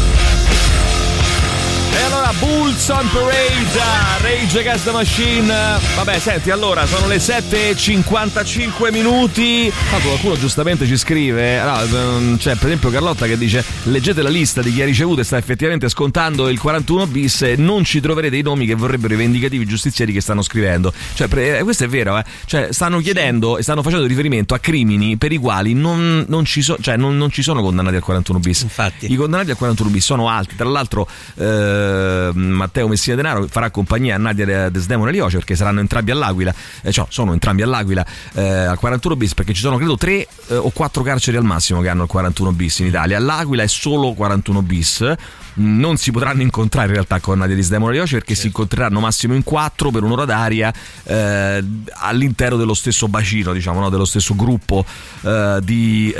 E allora Bulls on Parade, Rage Against the Machine. Vabbè, senti, allora sono le sette e cinquantacinque minuti. Ma qualcuno giustamente ci scrive, no, c'è per esempio Carlotta che dice: leggete la lista di chi ha ricevuto e sta effettivamente scontando il quarantuno bis e non ci troverete i nomi che vorrebbero i vendicativi giustizieri che stanno scrivendo. Cioè, pre- questo è vero, eh? Cioè, stanno chiedendo e stanno facendo riferimento a crimini per i quali non, non, ci, so- cioè, non, non ci sono condannati al quarantuno bis. Infatti, i condannati al quarantuno bis sono altri. Tra l'altro eh, Matteo Messina Denaro farà compagnia a Nadia Desdemona Lioce, perché saranno entrambi all'Aquila, eh, cioè sono entrambi all'Aquila eh, al quarantuno bis, perché ci sono credo tre eh, o quattro carceri al massimo che hanno il quarantuno bis in Italia. L'Aquila è solo quarantuno bis. Non si potranno incontrare in realtà con Nadia Desdemona Lioce, perché certo. si incontreranno massimo in quattro per un'ora d'aria eh, all'interno dello stesso bacino, diciamo, no? dello stesso gruppo eh, di,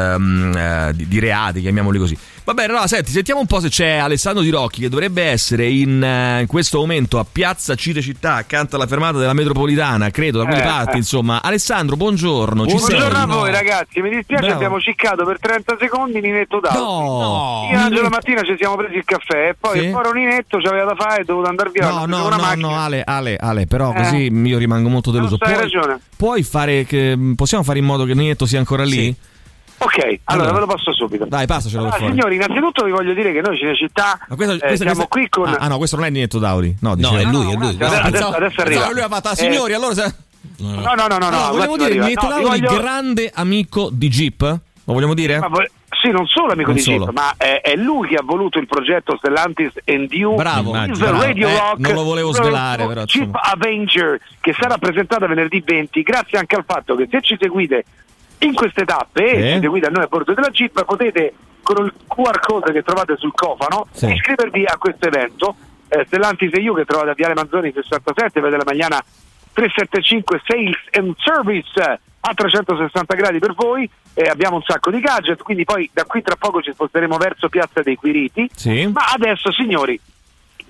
eh, di, di reati, chiamiamoli così. Va bene, no, senti, sentiamo un po' se c'è Alessandro Tirocchi, che dovrebbe essere in, in questo momento a Piazza Cinecittà, accanto alla fermata della metropolitana, credo, da quelle eh, parti, eh. insomma. Alessandro, buongiorno. Ci buongiorno sei? a voi, ragazzi. Mi dispiace, Bravo. abbiamo ciccato per trenta secondi Ninetto Dauti. No! Io oggi la mattina ci siamo presi il caffè e poi sì? poi Ninetto c'aveva da fare e dovuto andare via. No, no, no, una no, Ale, Ale, Ale, però eh. così io rimango molto deluso. Hai ragione. Puoi fare che possiamo fare in modo che Ninetto sia ancora lì? Sì. Ok, allora, allora ve lo passo subito. Dai, passacelo allora, per fuori. Signori, innanzitutto vi voglio dire che noi Cinecittà Ma questo, eh, questo, siamo questo, qui con... Ah, ah no, questo non è Ninetto Daudi. No, no, è lui, no, è lui. No, adesso, adesso, adesso arriva. Lui ha fatto, signori, eh, allora... Se... No, no, no, no, no, allora, no vogliamo dire Ninetto no, Daudi, voglio... grande amico di Jeep? Lo vogliamo dire? Ma vo- sì, non solo amico non di solo. Jeep, ma è, è lui che ha voluto il progetto Stellantis and You. Bravo, bravo. Radio eh, Rock, non lo volevo svelare, però. Jeep insomma. Avenger, che sarà presentata venerdì venti, grazie anche al fatto che se ci seguite in queste tappe e eh? ci seguite a noi a bordo della Jeep, potete con il Q R code che trovate sul cofano sì. iscrivervi a questo evento eh, Stellantis and You, che trovate a Viale Manzoni sessantasette, vede la Magliana trecentosettantacinque, Sales and Service a trecentosessanta gradi per voi, eh, abbiamo un sacco di gadget, quindi poi da qui tra poco ci sposteremo verso Piazza dei Quiriti, sì. ma adesso signori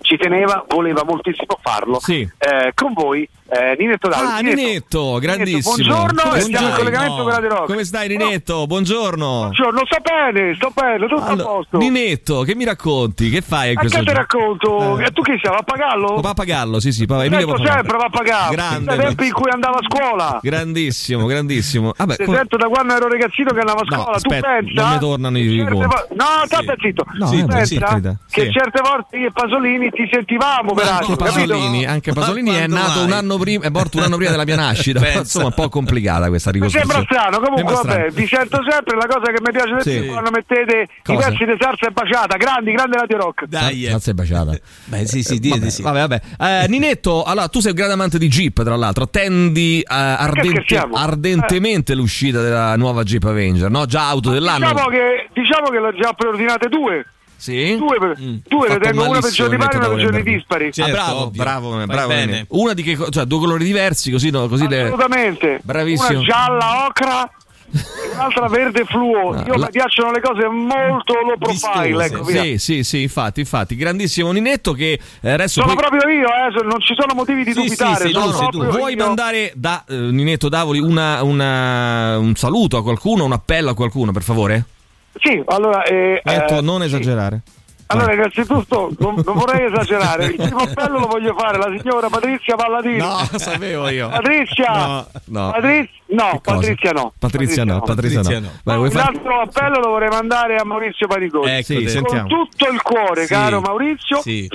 ci teneva, voleva moltissimo farlo. Sì. Eh, con voi eh, Ninetto Davoli. Ah, Ninetto, Ninetto grandissimo. Buongiorno, come e siamo in collegamento no. con Radio Rock. Come stai, Ninetto? Buongiorno. Buongiorno, sto bene, sto bene, tutto allora, a posto. Ninetto, che mi racconti? Che fai in a questo che ti racconto? Eh. E tu che sei, Pappagallo? Pappagallo, sì, sì. Papà, sento sempre Pappagallo. Grande. Dai tempi in cui andavo a scuola. Grandissimo, grandissimo. Vabbè, Ti come... sento da quando ero ragazzino che andavo a scuola. No, tu aspetta, pensa? non mi tornano i ricordi. Vo- no, state sì. zitto. No, tu eh, pensa sì, che sì. certe volte io e Pasolini ti sentivamo per anche Pasolini, anche Pasolini è nato mai? un anno prima, è morto un anno prima della mia nascita. Insomma, un po' complicata questa ricostruzione. Mi sembra strano, comunque sembra vabbè, vi sento sempre. La cosa che mi piace sì. di più quando mettete cosa? I pezzi di Salsa e Baciata, grandi, grande Radio Rock. Dai, Salsa e Baciata. Beh, sì, sì, dite sì. Vabbè, vabbè. Eh, Ninetto, allora tu sei un grande amante di Jeep, tra l'altro, tendi eh, ardente, ardentemente eh. l'uscita della nuova Jeep Avenger, no? Già auto dell'anno. Diciamo che diciamo che l'ho già preordinate due. Sì? Due, per, mm. due ne tengo una per giorni pari e una per giorni dispari. Certo, ah, bravo, ovvio. bravo, bravo. Bene. Una di che cioè due colori diversi, così, no, così assolutamente. Le... Bravissimo. Una gialla ocra. Un'altra verde fluo. No, Io la... mi piacciono le cose molto low profile, ecco, via. Sì, sì, sì, infatti, infatti, grandissimo Ninetto che eh, adesso sono poi... proprio io, eh, non ci sono motivi di sì, dubitare. Sì, sì, no, no, tu. Vuoi io... mandare da eh, Ninetto Davoli una, una, un saluto a qualcuno, un appello a qualcuno, per favore? Sì, allora eh, Detto, eh, non esagerare. Sì. Allora, innanzitutto, non, non vorrei esagerare. Il primo appello lo voglio fare alla signora Patrizia Palladini. No, sapevo io. Patrizia! No, no. Patrizia, no, Patrizia no. Patrizia no, Patrizia no. no. Vai, vuoi fare... L'altro appello lo vorrei mandare a Maurizio Parigoni. Ecco, sì, con sentiamo. tutto il cuore, sì. caro Maurizio. Sì.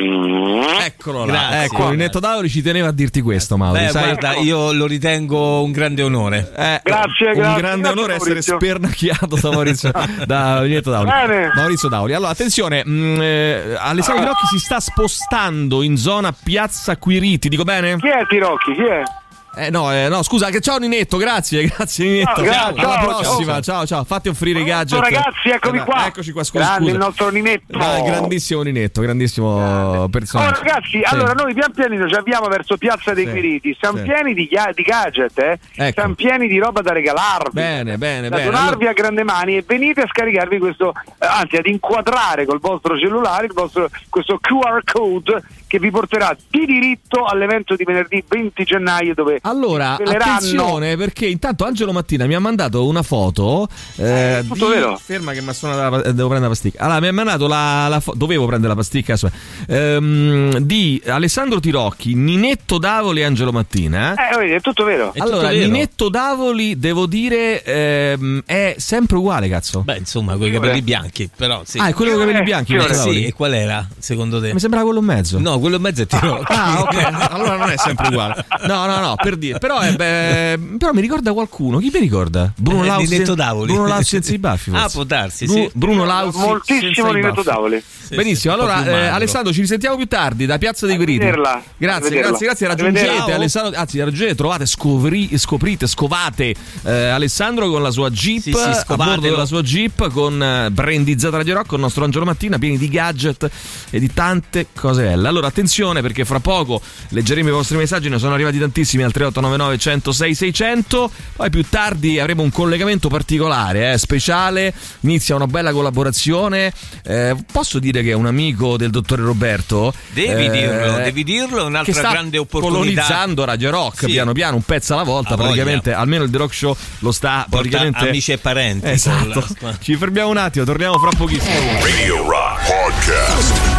Eccolo là. Grazie. Ecco, Ninetto Davoli ci teneva a dirti questo, Mauro. Beh, sai? Guarda, io lo ritengo un grande onore. Eh, grazie, un grazie. grande grazie, onore Maurizio. essere spernacchiato da Maurizio da Ninetto Davoli. Bene. Maurizio Davoli. Allora, attenzione, mh, eh, Alessandro Tirocchi si sta spostando in zona Piazza Quiriti, dico bene? Chi è Tirocchi? Chi è? Eh no, eh, no, scusa, che ciao Ninetto, grazie, grazie Ninetto. No, ciao, ciao, alla ciao, prossima, ciao, ciao, ciao. Fatti offrire i gadget. Ragazzi, eccomi qua. Eccoci qua, scusa. Grande scusa. il nostro Ninetto. Ah, grandissimo Ninetto, grandissimo personaggio. Oh, ragazzi, sì. allora noi pian pianino ci avviamo verso Piazza dei sì. Quiriti. Siamo sì. pieni di, di gadget, eh? Ecco. Siamo pieni di roba da regalarvi. Bene, bene, da bene. donarvi allora... a grande mani e venite a scaricarvi questo, eh, anzi ad inquadrare col vostro cellulare il vostro, questo Q R code che vi porterà di diritto all'evento di venerdì venti gennaio dove allora attenzione perché intanto Angelo Mattina mi ha mandato una foto eh, tutto di... vero? ferma che mi ha suonato la... devo prendere la pasticca. Allora mi ha mandato la, la fo... dovevo prendere la pasticca ehm, di Alessandro Tirocchi, Ninetto Davoli e Angelo Mattina eh, è tutto vero. È allora tutto vero. Ninetto Davoli devo dire ehm, è sempre uguale, cazzo. Beh, insomma, con i capelli bianchi, però sì. Ah, è quello con i capelli bianchi, eh, sì, e qual era secondo te? Mi sembrava quello in mezzo. No, quello in mezzo è Tirocchi. Ah, ok. Allora non è sempre uguale. No, no, no, per dire. Però, è, beh, però mi ricorda qualcuno. Chi mi ricorda? Bruno eh, Laus. Ninetto Davoli. Bruno Laus senza i baffi. Forse. Ah, può darsi, Bruno, sì. Bruno Laus. Moltissimo Ninetto Davoli. Sì, benissimo. Sì, allora, eh, Alessandro, ci risentiamo più tardi da Piazza dei Quiriti. Grazie, grazie, grazie. Raggiungete Alessandro. Anzi, raggiungete, trovate, scopri, scoprite, scovate eh, Alessandro con la sua Jeep. Sì, sì, a bordo della sua Jeep con eh, brandizzata Radio Rock con il nostro Angelo Mattina, pieni di gadget e di tante cose belle. Allora, attenzione perché fra poco leggeremo i vostri messaggi, ne sono arrivati tantissimi al tre otto nove nove uno zero sei sei zero zero. Poi più tardi avremo un collegamento particolare, eh, speciale, inizia una bella collaborazione. Eh, posso dire che è un amico del dottore Roberto? Devi eh, dirlo, devi dirlo, è un'altra che sta grande opportunità. Colonizzando Radio Rock, sì. piano piano, un pezzo alla volta, a praticamente, voglia. Almeno il The Rock Show lo sta porta praticamente amici e parenti. Esatto. La... Ci fermiamo un attimo, torniamo fra pochissimo. Radio Rock Podcast.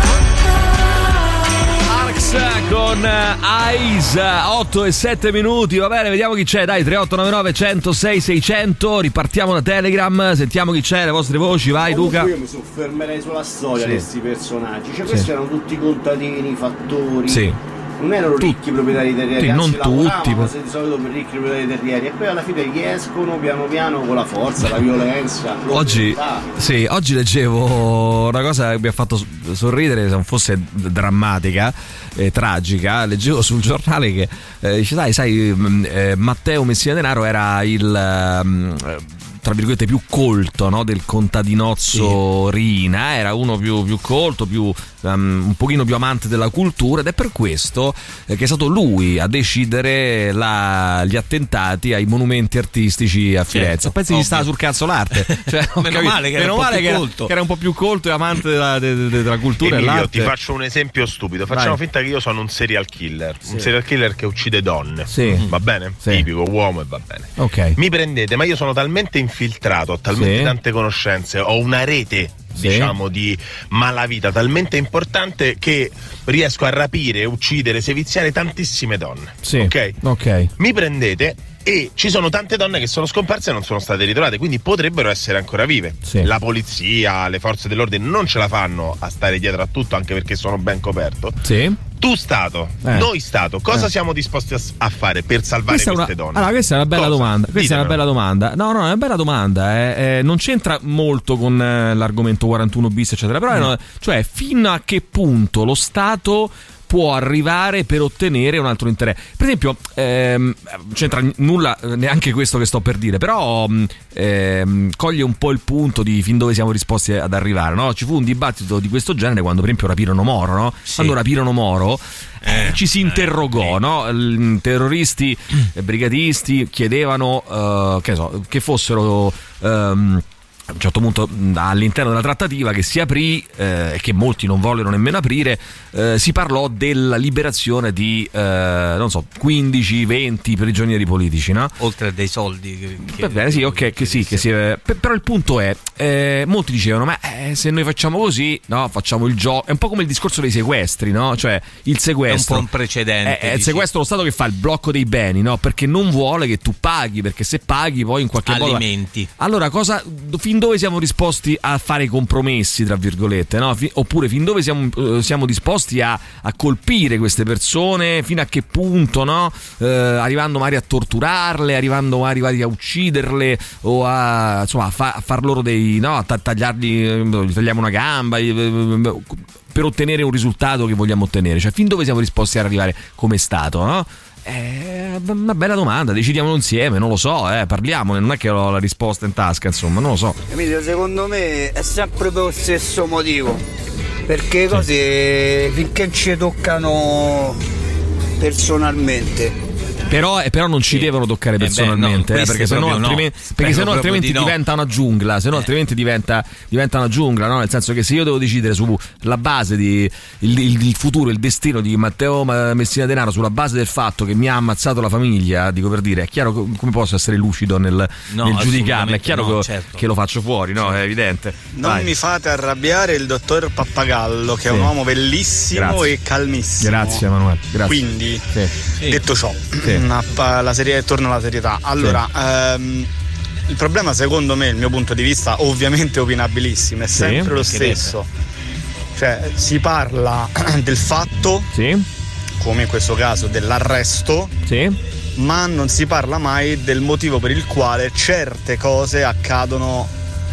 Con Eyes otto e sette minuti, va bene, vediamo chi c'è, dai, tre otto nove nove uno zero sei sei zero zero, ripartiamo da Telegram, sentiamo chi c'è, le vostre voci, vai Luca. Io mi soffermerei sulla storia sì. di questi personaggi, cioè sì. questi erano tutti contadini, fattori, sì. non erano ricchi proprietari terrieri, non anzi tutti, ma di solito per ricchi proprietari terrieri e poi alla fine gli escono piano piano con la forza, la violenza. Oggi, sì, oggi leggevo una cosa che mi ha fatto sorridere, se non fosse drammatica e tragica. Leggevo sul giornale che eh, dice, sai, sai eh, Matteo Messina Denaro era il eh, tra virgolette più colto, no, del contadinozzo sì. Rina, era uno più, più colto, più um, un pochino più amante della cultura, ed è per questo eh, che è stato lui a decidere la, gli attentati ai monumenti artistici a Firenze. Certo, pensi che gli stava sul cazzo l'arte, cioè, meno male che era, un, male che era, che era un po' più colto e amante della, de, de, della cultura. Emilio, e l'arte. Ti faccio un esempio stupido, facciamo Vai. finta che io sono un serial killer, sì. un serial killer che uccide donne, sì. va bene? Sì. Tipico uomo, e va bene. Okay. Mi prendete, ma io sono talmente infiltrato, ho talmente sì. tante conoscenze, ho una rete sì. diciamo di malavita talmente importante che riesco a rapire, uccidere, seviziare tantissime donne. Sì. Ok? Ok. Mi prendete e ci sono tante donne che sono scomparse e non sono state ritrovate, quindi potrebbero essere ancora vive. Sì. La polizia, le forze dell'ordine non ce la fanno a stare dietro a tutto, anche perché sono ben coperto. Sì. Tu Stato, eh. noi Stato, cosa eh. siamo disposti a, a fare per salvare questa queste una, donne? Allora, questa è una bella cosa? domanda. Questa Ditemelo. è una bella domanda. No, no, è una bella domanda. Eh. Eh, non c'entra molto con eh, l'argomento quarantuno bis, eccetera. Però, no. è una, cioè, fino a che punto lo Stato può arrivare per ottenere un altro interesse? Per esempio, ehm, c'entra nulla neanche questo che sto per dire, però ehm, coglie un po' il punto di fin dove siamo disposti ad arrivare, no? Ci fu un dibattito di questo genere quando per esempio rapirono Moro, no? Sì. Quando rapirono Moro eh, ci si interrogò, eh, no? I terroristi, eh, brigatisti chiedevano uh, che, so, che fossero um, a un certo punto all'interno della trattativa che si aprì e eh, che molti non vollero nemmeno aprire, eh, si parlò della liberazione di eh, non so quindici venti prigionieri politici, no? Oltre a dei soldi che, che bene, sì, ok, che, che sì, che sì, eh, però il punto è eh, molti dicevano ma eh, se noi facciamo così, no, facciamo il gioco, è un po' come il discorso dei sequestri, no? Cioè il sequestro è un po' un precedente, è, è il sequestro lo Stato che fa il blocco dei beni, no? Perché non vuole che tu paghi, perché se paghi poi in qualche modo alimenti. Allora cosa fin dove siamo disposti a fare i compromessi, tra virgolette, no? Fi- oppure fin dove siamo, uh, siamo disposti a, a colpire queste persone, fino a che punto, no? Uh, arrivando magari a torturarle, arrivando magari a ucciderle o a, insomma, a, fa- a far loro dei, no? A t- tagliargli, gli tagliamo una gamba per ottenere un risultato che vogliamo ottenere, cioè fin dove siamo disposti ad arrivare come Stato, no? È una bella domanda, decidiamolo insieme, non lo so, eh, parliamone, non è che ho la risposta in tasca, insomma, non lo so. Emilio, secondo me è sempre per lo stesso motivo, perché cose finché ci toccano personalmente. Però, eh, però non ci sì. devono toccare personalmente, eh beh, no, eh, perché sennò altrimenti, no. perché sennò altrimenti no. diventa una giungla, se no eh. altrimenti diventa, diventa una giungla, no? Nel senso che se io devo decidere sulla base di il, il, il futuro, il destino di Matteo Messina Denaro sulla base del fatto che mi ha ammazzato la famiglia, dico per dire, è chiaro come posso essere lucido nel, no, nel giudicarne, è chiaro no, che, certo. che lo faccio fuori, no? Certo. È evidente. Non Vai. mi fate arrabbiare il dottor Pappagallo, che sì. è un uomo bellissimo Grazie. e calmissimo. Grazie Emanuele. Grazie. Quindi, sì. detto ciò, sì. Una, la serie, torna alla serietà. Allora, sì. ehm, il problema, secondo me, il mio punto di vista, ovviamente opinabilissimo, è sempre sì. lo stesso. Cioè, si parla del fatto, sì. come in questo caso dell'arresto, sì. ma non si parla mai del motivo per il quale certe cose accadono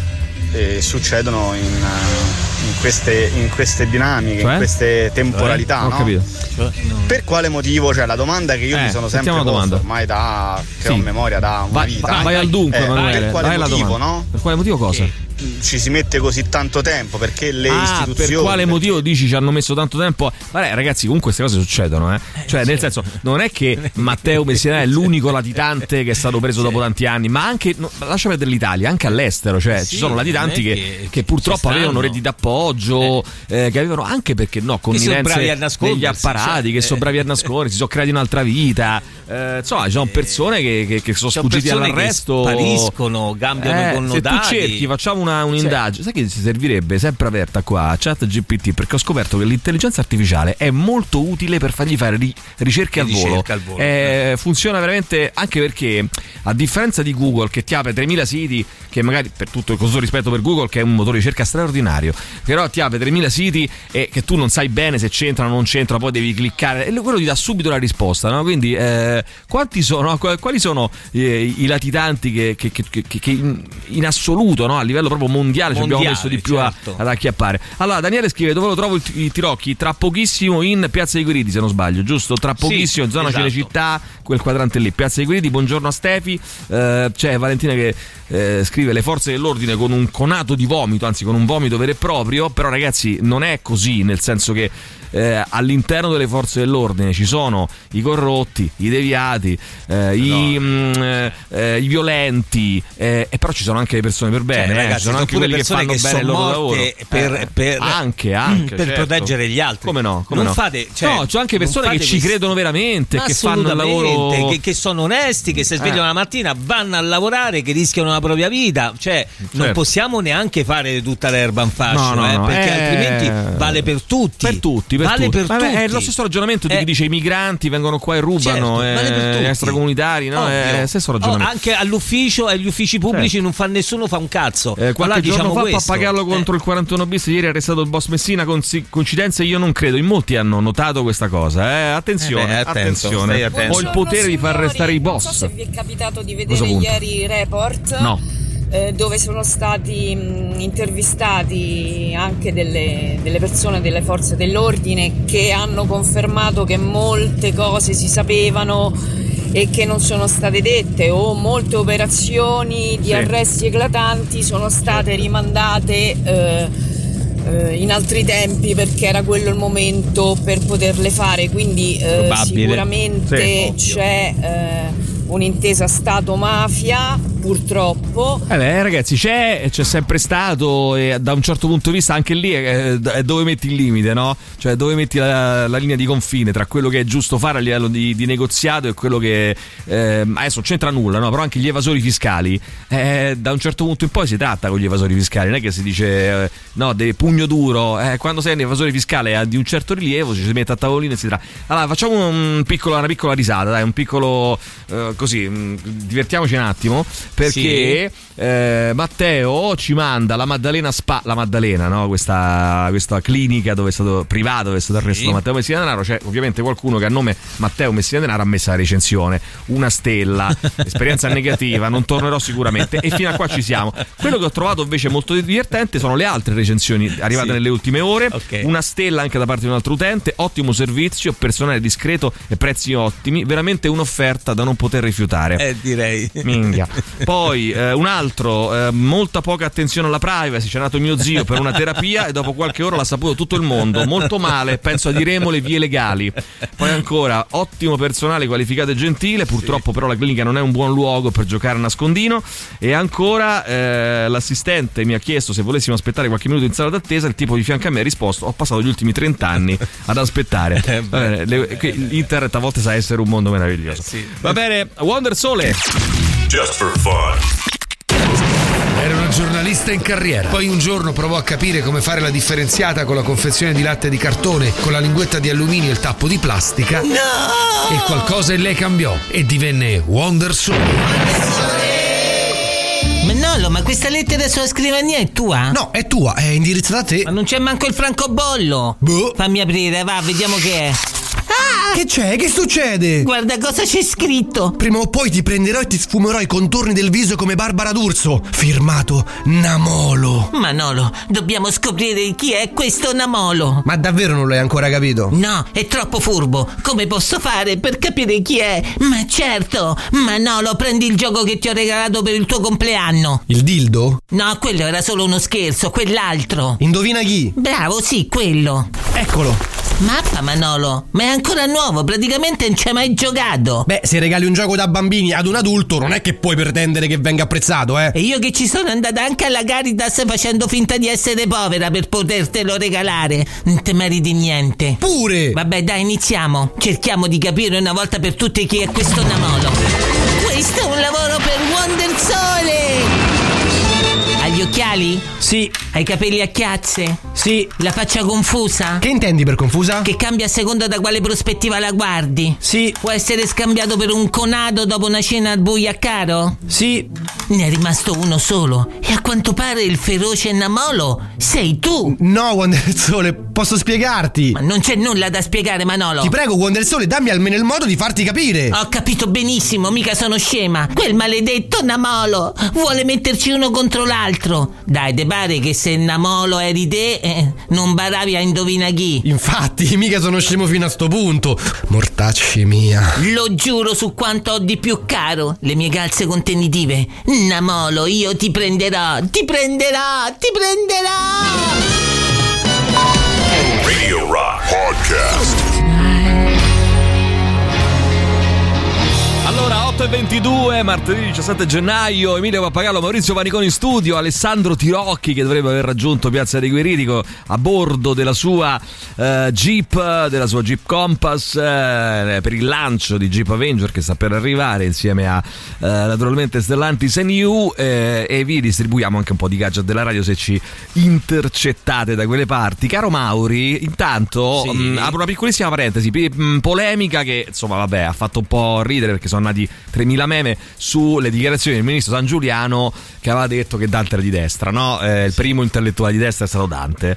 e succedono in, in, queste, in queste dinamiche, cioè? in queste temporalità, cioè? no? Ho capito. Cioè, no. Per quale motivo? Cioè, la domanda che io eh, mi sono sempre posto ormai da che sì. ho memoria da una vai, vita. Vai, vai al dunque, eh, Emanuele. Per quale vai motivo, no? Per quale motivo cosa? Che ci si mette così tanto tempo, perché le ah, istituzioni, per quale perché... motivo dici ci hanno messo tanto tempo? Vabbè, ragazzi, comunque queste cose succedono, eh. Cioè, nel senso, non è che Matteo Messina è l'unico latitante che è stato preso dopo tanti anni, ma anche, no, lascia perdere l'Italia, anche all'estero, cioè sì, ci sono latitanti che, che, che purtroppo avevano reti d'appoggio, eh. Eh, che avevano anche perché no, connivenze negli apparati, cioè, che sono bravi a nascondere, si sono creati un'altra vita. Eh, insomma, ci sono persone che, che, che sono sfuggiti all'arresto, spariscono, cambiano eh, connotati. Se tu cerchi, facciamo una, un'indagine, sai che ci servirebbe sempre aperta qua Chat G P T, perché ho scoperto che l'intelligenza artificiale è molto utile per fargli fare ri- ricerche al volo, al volo. Eh, funziona veramente, anche perché a differenza di Google che ti apre tremila siti, che magari, per tutto il costo rispetto per Google che è un motore di ricerca straordinario, però ti apre tremila siti e che tu non sai bene se c'entrano o non c'entrano, poi devi cliccare e quello ti dà subito la risposta, no? Quindi eh, eh, quanti sono, quali sono eh, i latitanti che, che, che, che, che in, in assoluto, no, a livello proprio mondiale, mondiale ci abbiamo messo di più certo. a, ad acchiappare. Allora Daniele scrive: dove lo trovo il, i Tirocchi? Tra pochissimo in Piazza dei Quiriti, se non sbaglio, giusto? Tra pochissimo, sì, in zona esatto. Cinecittà, quel quadrante lì, Piazza dei Quiriti. Buongiorno a Stefi. eh, c'è Valentina che eh, scrive: le forze dell'ordine con un conato di vomito, anzi con un vomito vero e proprio. Però ragazzi, non è così, nel senso che Eh, all'interno delle forze dell'ordine ci sono i corrotti, i deviati, eh, no. i, mh, eh, i violenti, eh, e però ci sono anche le persone per bene, cioè, eh, ragazzi, ci sono anche quelli che fanno che bene il loro lavoro per, eh, per, anche, anche per certo. proteggere gli altri. Come no? Come non no? Fate, cioè, no, c'è anche persone che ci credono veramente, che fanno il lavoro, che, che sono onesti, che si svegliano eh. la mattina, vanno a lavorare, che rischiano la propria vita. Cioè, certo. non possiamo neanche fare tutta l'erba in fascio, no, no, eh, no. perché eh. altrimenti vale per tutti. Per tutti, per vale tutti. per Vabbè, tutti. È lo stesso ragionamento di eh. chi dice i migranti vengono qua e rubano, certo, eh, vale gli extracomunitari, no? È lo stesso ragionamento. Oh, anche all'ufficio e agli uffici pubblici certo. non fa nessuno fa un cazzo. Eh, qualche allora, giorno diciamo fa questo. Pappagallo eh. contro il quarantuno bis, ieri ha arrestato il boss Messina. Coincidenza? Io non credo. In molti hanno notato questa cosa. Eh. Attenzione, eh beh, attenzione. attento. Ho il potere di far arrestare i boss. Non so se vi è capitato di vedere ieri Report. No. Eh, dove sono stati mh, intervistati anche delle, delle persone delle forze dell'ordine che hanno confermato che molte cose si sapevano e che non sono state dette, o molte operazioni di sì. arresti eclatanti sono state rimandate eh, eh, in altri tempi perché era quello il momento per poterle fare, quindi eh, sicuramente sì, c'è eh, un'intesa Stato-mafia, purtroppo. Eh beh, ragazzi, c'è, c'è sempre stato, e da un certo punto di vista anche lì è, è dove metti il limite, no? Cioè dove metti la, la linea di confine tra quello che è giusto fare a livello di, di negoziato e quello che eh, adesso non c'entra nulla, no? Però anche gli evasori fiscali, eh, da un certo punto in poi si tratta con gli evasori fiscali, non è che si dice eh, no, deve pugno duro, eh, quando sei un evasore fiscale di un certo rilievo ci si mette a tavolino e si tratta. Allora facciamo un piccolo, una piccola risata, dai, un piccolo eh, così, mh, divertiamoci un attimo, perché sì. eh, Matteo ci manda la Maddalena Spa, la Maddalena, no? Questa, questa clinica dove è stato privato, dove è stato arrestato sì. Matteo Messina Denaro. C'è ovviamente qualcuno che a nome Matteo Messina Denaro ha messo la recensione, una stella, esperienza negativa, non tornerò sicuramente, e fino a qua ci siamo. Quello che ho trovato invece molto divertente sono le altre recensioni arrivate sì. nelle ultime ore. Okay. Una stella anche da parte di un altro utente, ottimo servizio, personale discreto e prezzi ottimi, veramente un'offerta da non poter rifiutare. Eh, direi. Minchia. Poi eh, un altro, eh, molta poca attenzione alla privacy, c'è nato mio zio per una terapia e dopo qualche ora l'ha saputo tutto il mondo, molto male, penso adiremo le vie legali. Poi ancora, ottimo personale qualificato e gentile, purtroppo sì. però la clinica non è un buon luogo per giocare a nascondino. E ancora eh, l'assistente mi ha chiesto se volessimo aspettare qualche minuto in sala d'attesa, il tipo di fianco a me ha risposto: ho passato gli ultimi trenta anni ad aspettare. Eh, bene, le, internet a volte sa essere un mondo meraviglioso. Eh, sì. Va bene, Wonder Sole. Just for fun. Era una giornalista in carriera. Poi un giorno provò a capire come fare la differenziata con la confezione di latte di cartone, con la linguetta di alluminio e il tappo di plastica. No! E qualcosa in lei cambiò e divenne Wonder Sole. Manolo, ma questa lettera sulla scrivania è tua? No, è tua, è indirizzata a te. Ma non c'è manco il francobollo. Boh. Fammi aprire, va, vediamo che è. Ah! Che c'è? Che succede? Guarda cosa c'è scritto. Prima o poi ti prenderò e ti sfumerò i contorni del viso come Barbara D'Urso. Firmato Namolo. Manolo, dobbiamo scoprire chi è questo Namolo. Ma davvero non l'hai ancora capito? No, è troppo furbo. Come posso fare per capire chi è? Ma certo, Manolo, prendi il gioco che ti ho regalato per il tuo compleanno. Il dildo? No, quello era solo uno scherzo, quell'altro. Indovina chi? Bravo, sì, quello. Eccolo. Mappa, Manolo, ma è ancora nuovo, praticamente non ci hai mai giocato. Beh, se regali un gioco da bambini ad un adulto non è che puoi pretendere che venga apprezzato, eh. E io che ci sono andata anche alla Caritas facendo finta di essere povera per potertelo regalare. Non te meriti niente. Pure! Vabbè, dai, iniziamo. Cerchiamo di capire una volta per tutte chi è questo Namolo. Questo è un lavoro per Wonder Sole! Ha gli occhiali? Sì. Ha i capelli a chiazze? Sì. La faccia confusa? Che intendi per confusa? Che cambia a seconda da quale prospettiva la guardi? Sì. Può essere scambiato per un conato dopo una cena al buio a caro? Sì. ne è rimasto uno solo e a quanto pare il feroce Namolo sei tu. No, Wonder del Sole, posso spiegarti. Ma non c'è nulla da spiegare, Manolo. Ti prego, Wonder del Sole, dammi almeno il modo di farti capire. Ho capito benissimo, mica sono scema. Quel maledetto Namolo vuole metterci uno contro l'altro. Dai, te pare che se Namolo eri te eh, non baravi a indovina chi. Infatti, mica sono scemo fino a sto punto. Mortacci mia. Lo giuro su quanto ho di più caro, le mie calze contenitive. Namolo, io ti prenderò, ti prenderò, ti prenderò. Radio Rock Podcast. Allora, otto e ventidue, martedì diciassette gennaio, Emilio Pappagallo, Maurizio Paniconi in studio, Alessandro Tirocchi che dovrebbe aver raggiunto Piazza dei Quiririco a bordo della sua eh, Jeep, della sua Jeep Compass eh, per il lancio di Jeep Avenger che sta per arrivare insieme a eh, naturalmente Stellantis e New eh, e vi distribuiamo anche un po' di gadget della radio se ci intercettate da quelle parti. Caro Mauri, intanto sì. mh, apro una piccolissima parentesi, p- mh, polemica che insomma vabbè ha fatto un po' ridere perché sono nati tremila meme sulle dichiarazioni del ministro San Giuliano che aveva detto che Dante era di destra, no? Eh, il primo intellettuale di destra è stato Dante.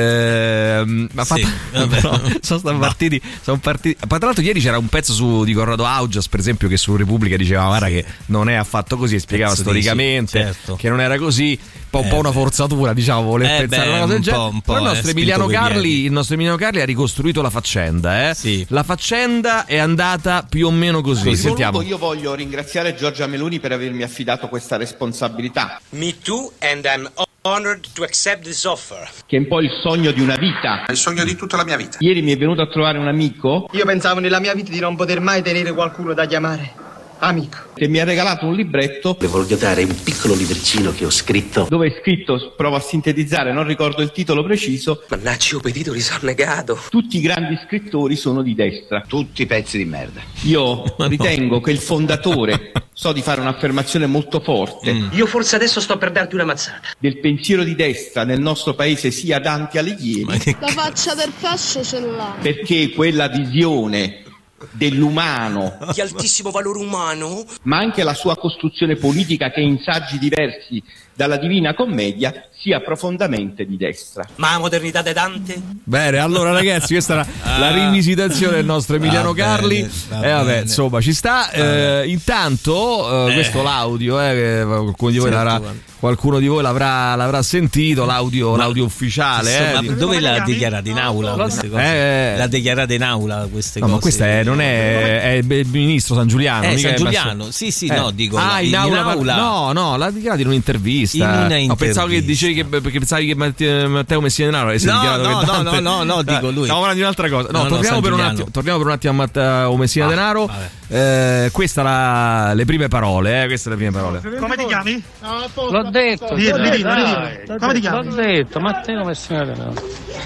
Eh, ma sì, fatto, però, sono stati partiti, sono partiti. Ma tra l'altro ieri c'era un pezzo su, di Corrado Augias, per esempio, che su Repubblica diceva guarda sì. che non è affatto così, e spiegava pezzo storicamente dici, certo. che non era così. Un po', un po' una forzatura, diciamo, voler eh pensare beh, una cosa del genere. Un po', Però il nostro, Emiliano Carli, il nostro Emiliano Carli ha ricostruito la faccenda, eh? Sì. La faccenda è andata più o meno così. Sì, Sentiamo. Io voglio ringraziare Giorgia Meloni per avermi affidato questa responsabilità. Me too, and I'm honored to accept this offer. Che è un po' il sogno di una vita. È il sogno di tutta la mia vita. Ieri mi è venuto a trovare un amico. Io pensavo nella mia vita di non poter mai tenere qualcuno da chiamare amico. Che mi ha regalato un libretto. Le voglio dare un piccolo libricino che ho scritto. Dove è scritto, provo a sintetizzare, non ricordo il titolo preciso. Mannaggia, ho pedito, risono negato. Tutti i grandi scrittori sono di destra. Tutti pezzi di merda. Io ritengo no. che il fondatore, so di fare un'affermazione molto forte. Mm. Io forse adesso sto per darti una mazzata. Del pensiero di destra nel nostro paese sia Dante Alighieri. Che... La faccia del pesce ce l'ha. Perché quella visione dell'umano di altissimo valore umano, ma anche la sua costruzione politica che in saggi diversi dalla Divina Commedia sia profondamente di destra. Ma la modernità di Dante? Bene, allora ragazzi, questa era ah. la rivisitazione del nostro Emiliano va Carli bene, va e eh, vabbè, insomma, ci sta. Eh, intanto eh, eh. questo l'audio, eh, qualcuno di voi certo, l'avrà qualcuno di voi l'avrà, l'avrà sentito, l'audio, ma, l'audio ufficiale. Insomma, eh, dove l'ha dichiarato in aula queste cose? Eh, l'ha dichiarato in aula queste no, cose. Ma questa è, non è, è il ministro San Giuliano. Eh, mica San Giuliano, messo... sì, sì, eh. no, dico. Ah, in, in aula, aula. No, no, l'ha dichiarato in un'intervista. In una intervista. No, pensavo che dicevi che, perché pensavi che Matteo Messina Denaro avesse no, dichiarato no, che no, Dante... no, no, no, dico lui. Stiamo parlando di un'altra cosa. No, no torniamo, no, per un attimo, torniamo per un attimo a Matteo Messina ah, Denaro. Eh, queste la, le prime parole, eh, queste le prime parole. Come ti chiami? L'ho detto. Dillo, dillo, dillo. Come ti chiami? L'ho detto, Matteo Messina Denaro.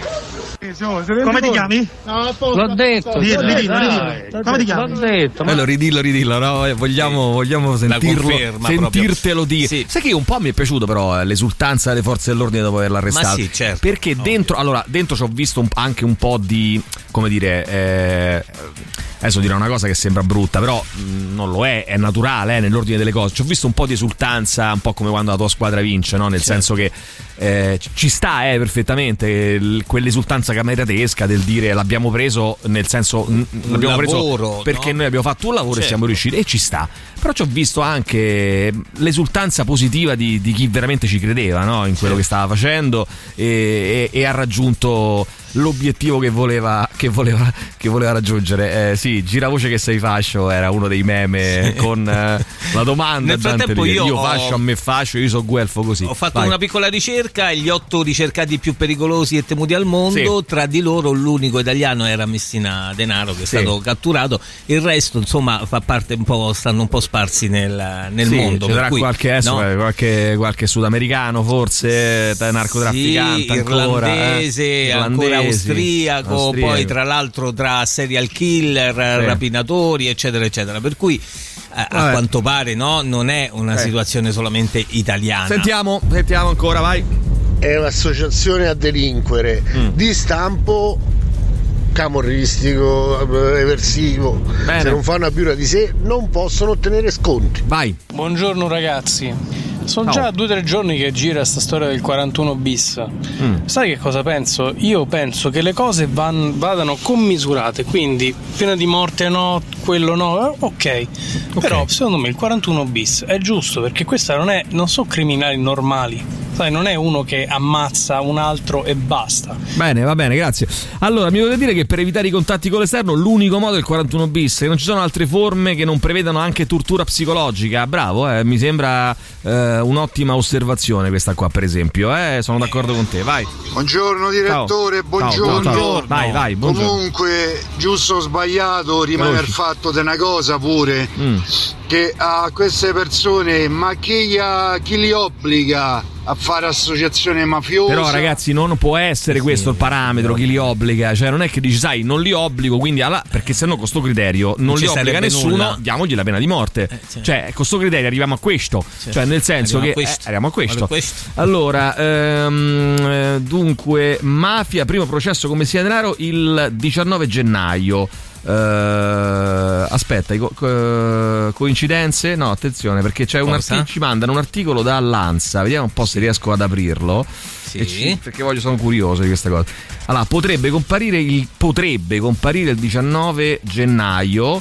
Come ti chiami? L'ho detto. Dillo, dillo, dillo. Come ti chiami? L'ho detto. Bello, ridillo, ridillo, no? Vogliamo, sì. vogliamo sentirlo, sentirtelo dire. Sì. Sai che un po' mi è piaciuto però eh, l'esultanza delle forze dell'ordine dopo averla arrestato. Ma sì, certo. Perché Ovvio. dentro, allora, dentro ci ho visto un, anche un po' di, come dire, eh, adesso dirò una cosa che sembra brutta, però mh, non lo è, è naturale, eh, nell'ordine delle cose. Ci ho visto un po' di esultanza, un po' come quando la tua squadra vince, no? Nel certo. senso che eh, ci sta eh, perfettamente l- quell'esultanza cameratesca del dire l'abbiamo preso, nel senso n- l'abbiamo lavoro, preso perché no? noi abbiamo fatto un lavoro certo. e siamo riusciti, e ci sta. Però ci ho visto anche l'esultanza positiva di, di chi veramente ci credeva, no? in quello certo. che stava facendo e, e, e ha raggiunto l'obiettivo che voleva, che voleva, che voleva raggiungere. Eh, sì, giravoce che sei fascio era uno dei meme sì. con eh, la domanda. Nel frattempo io, io ho, fascio, a me fascio, io sono guelfo così. Ho fatto Vai. una piccola ricerca, gli otto ricercati più pericolosi e temuti al mondo, sì. tra di loro l'unico italiano era Messina Denaro che è sì. stato catturato, il resto insomma fa parte un po', stanno un po' sparsi nel, nel sì, mondo. Ci sarà cui, qualche, no? qualche, qualche sudamericano forse, narcotrafficante, sì, ancora, irlandese, eh? ancora austriaco. Austriaco. Poi tra l'altro tra serial killer, sì. rapinatori eccetera eccetera, per cui a, a quanto pare no, non è una eh. situazione solamente italiana. Sentiamo, sentiamo ancora, vai. È un'associazione a delinquere mm. di stampo camorristico, eversivo. Bene. Se non fanno a birra di sé non possono ottenere sconti. Vai. Buongiorno ragazzi. Sono già due o tre giorni che gira sta storia del quarantuno bis. Mm. Sai che cosa penso? Io penso che le cose van, vadano commisurate, quindi pena di morte no, quello no, ok. okay. Però secondo me il quarantuno bis è giusto, perché questa non è, non sono criminali normali. Sai, non è uno che ammazza un altro e basta. Bene, va bene, grazie. Allora, mi volete dire che per evitare i contatti con l'esterno l'unico modo è il quarantuno bis, che non ci sono altre forme che non prevedano anche tortura psicologica. Bravo, eh, mi sembra eh, un'ottima osservazione questa qua, per esempio. Eh, sono d'accordo con te, vai. Buongiorno direttore, ciao. buongiorno. Ciao, buongiorno. Vai, vai, buongiorno. Comunque, giusto o sbagliato, rimane Veloci. il fatto di una cosa pure, mm. che a queste persone, ma chi, gli ha, chi li obbliga a fare associazione mafiosa? Però ragazzi, non può essere questo il parametro, chi li obbliga, cioè non è che dici sai non li obbligo quindi alla, perché sennò con sto criterio non, non li obbliga nessuno, nulla. Diamogli la pena di morte, eh, certo. Cioè con sto criterio arriviamo a questo, certo. Cioè nel senso arriviamo che a eh, arriviamo a questo, questo. Allora ehm, dunque mafia, primo processo come sia denaro il diciannove gennaio. Uh, aspetta, co- co- coincidenze? No, attenzione, perché c'è un articolo, ci mandano un articolo da Lanza, vediamo un po' se riesco ad aprirlo. Sì. Ci, perché voglio, sono curioso di questa cosa. Allora, potrebbe comparire il potrebbe comparire il diciannove gennaio.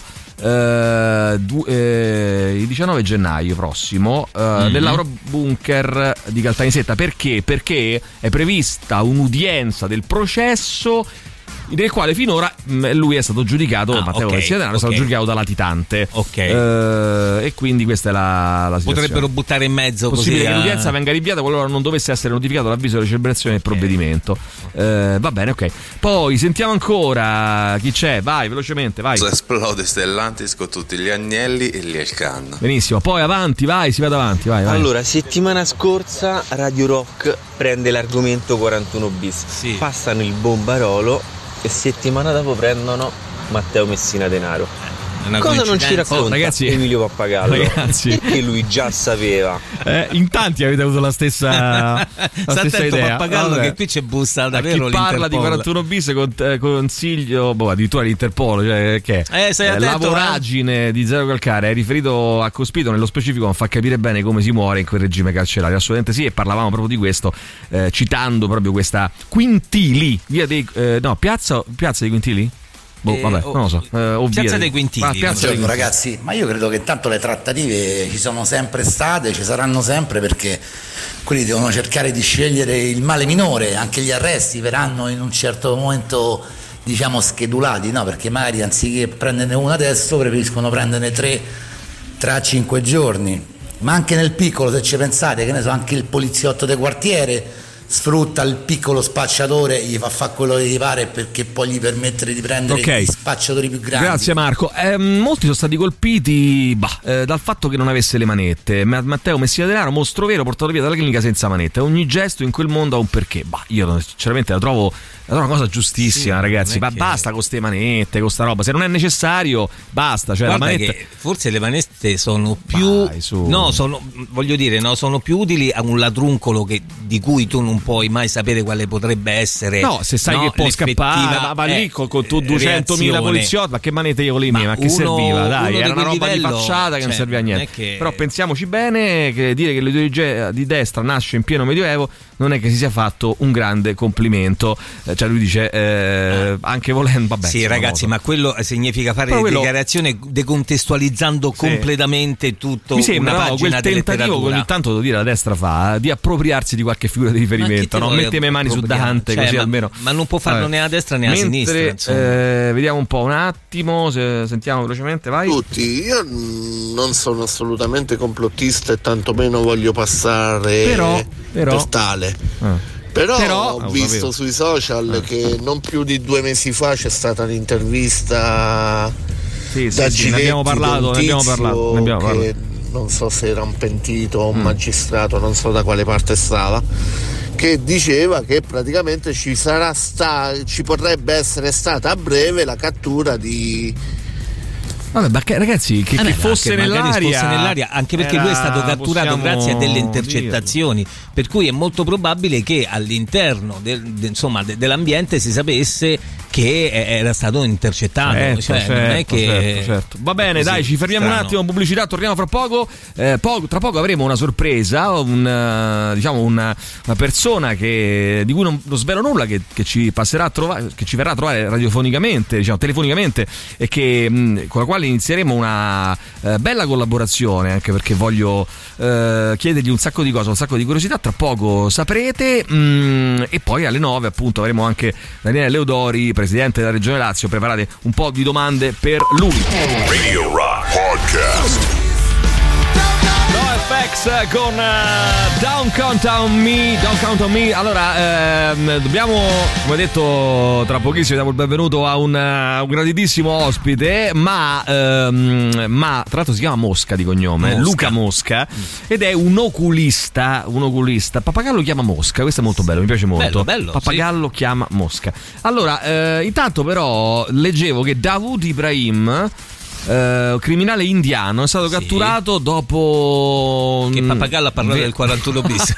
Uh, du, eh, il diciannove gennaio prossimo uh, mm-hmm. nell'Aurobunker di Caltanissetta. Perché? Perché è prevista un'udienza del processo nel quale finora mh, lui è stato giudicato, ah, Matteo Messina Denaro okay. è stato giudicato da latitante, okay. uh, e quindi questa è la, la situazione. Potrebbero buttare in mezzo possibile così che a... l'udienza venga rinviata qualora non dovesse essere notificato l'avviso di celebrazione del provvedimento. Uh, va bene, ok. Poi sentiamo ancora chi c'è, vai velocemente, vai. Esplode Stellantis con tutti gli agnelli e gli Elkan. Benissimo, poi avanti, vai, si va avanti, vai, vai. Allora, settimana scorsa Radio Rock prende l'argomento quarantuno bis, sì. Passano il bombarolo e settimana dopo prendono Matteo Messina Denaro. Cosa non ci racconta oh, ragazzi, Emilio Pappagallo? Ragazzi, perché lui già sapeva. Eh, in tanti avete avuto la stessa, la stessa idea. Pappagallo, vabbè. Che qui c'è bussa davvero. Chi parla di quarantuno bis con, eh, consiglio, boh, addirittura l'Interpol, cioè, che è eh, eh, la voragine eh? di Zero Calcare. È riferito a Cospito, nello specifico non fa capire bene come si muore in quel regime carcerario. Assolutamente sì, e parlavamo proprio di questo, eh, citando proprio questa Quintili, via dei eh, no, piazza, piazza dei Quintili? Boh, vabbè, eh, non lo so. Eh, piazza dei Quintili. Ah, piazza Buongiorno ragazzi, ma io credo che intanto le trattative ci sono sempre state, ci saranno sempre, perché quelli devono cercare di scegliere il male minore. Anche gli arresti verranno in un certo momento, diciamo, schedulati, no? Perché magari anziché prenderne uno adesso preferiscono prenderne tre tra cinque giorni. Ma anche nel piccolo, se ci pensate, che ne so, anche il poliziotto de quartiere sfrutta il piccolo spacciatore, gli fa fare quello che gli pare perché poi gli permettere di prendere okay. gli spacciatori più grandi. Grazie Marco. Eh, molti sono stati colpiti bah, eh, dal fatto che non avesse le manette. Matteo Messina Denaro, mostro vero, portato via dalla clinica senza manette. Ogni gesto in quel mondo ha un perché. Bah, io sinceramente la trovo, la trovo una cosa giustissima, sì, ragazzi. Ma che... basta con ste manette, con sta roba. Se non è necessario, basta. Cioè, la manetta... che forse le manette sono più Vai, su. no, sono, voglio dire, no, sono più utili a un ladruncolo che, di cui tu non puoi mai sapere quale potrebbe essere. No, se sai no, che può scappare, ma va lì con, con tu duecentomila poliziotti, ma che manette io con le mie, ma, ma che uno, serviva? Dai, era una roba livello, di facciata che cioè, non serviva a niente. Che... Però pensiamoci bene, che dire che l'ideologia di destra nasce in pieno medioevo non è che si sia fatto un grande complimento. Cioè lui dice eh, anche volendo, vabbè. Sì, ragazzi, ma quello significa fare quello... dichiarazione decontestualizzando sì. completamente tutto. Mi sembra una no, pagina quel tentativo che ogni tanto devo dire la destra fa di appropriarsi di qualche figura di riferimento, no? Mette le mani su Dante, cioè, così ma, almeno. Ma non può farlo né a destra né a Mentre, sinistra. Eh, vediamo un po' un attimo, se, sentiamo velocemente, vai. Tutti, io non sono assolutamente complottista e tantomeno voglio passare però, però, per tale. Ah. Però, Però ho visto sui social eh. che non più di due mesi fa c'è stata un'intervista sì, da sì, sì, ne abbiamo parlato, ne abbiamo parlato, ne abbiamo che parlato. Non so se era un pentito o un mm. magistrato, non so da quale parte stava, che diceva che praticamente ci sarà sta, ci potrebbe essere stata a breve la cattura di Vabbè, ma che, ragazzi, che, Vabbè, che fosse, nell'aria, fosse nell'aria, anche perché lui è stato catturato grazie a delle intercettazioni, dire. Per cui è molto probabile che all'interno del, de, insomma, de, dell'ambiente si sapesse che era stato intercettato. Certo, cioè, certo, non è che... certo, certo. Va bene, dai, ci fermiamo strano. un attimo, pubblicità, torniamo fra poco. Eh, po- tra poco avremo una sorpresa, un, diciamo una, una persona che, di cui non, non svelo nulla, che, che ci passerà a trovare, che ci verrà a trovare radiofonicamente, diciamo telefonicamente, e che mh, con la quale inizieremo una eh, bella collaborazione, anche perché voglio eh, chiedergli un sacco di cose, un sacco di curiosità. Tra poco saprete, mh, e poi alle nove appunto avremo anche Daniele Leodori, presidente della Regione Lazio. Preparate un po' di domande per lui. Radio Rock Podcast. NoFX con uh, Don't Count on Me, Don't Count on Me. Allora, ehm, dobbiamo, come detto, tra pochissimo diamo il benvenuto a un, uh, un graditissimo ospite, ma, ehm, ma tra l'altro si chiama Mosca di cognome, Mosca. Luca Mosca, ed è un oculista, un oculista. Pappagallo chiama Mosca, questo è molto bello, mi piace molto. Bello, bello, Pappagallo sì. chiama Mosca. Allora, eh, intanto però leggevo che Dawood Ibrahim, Uh, criminale indiano, è stato sì. catturato dopo che Pappagallo ha parlato del quarantuno bis.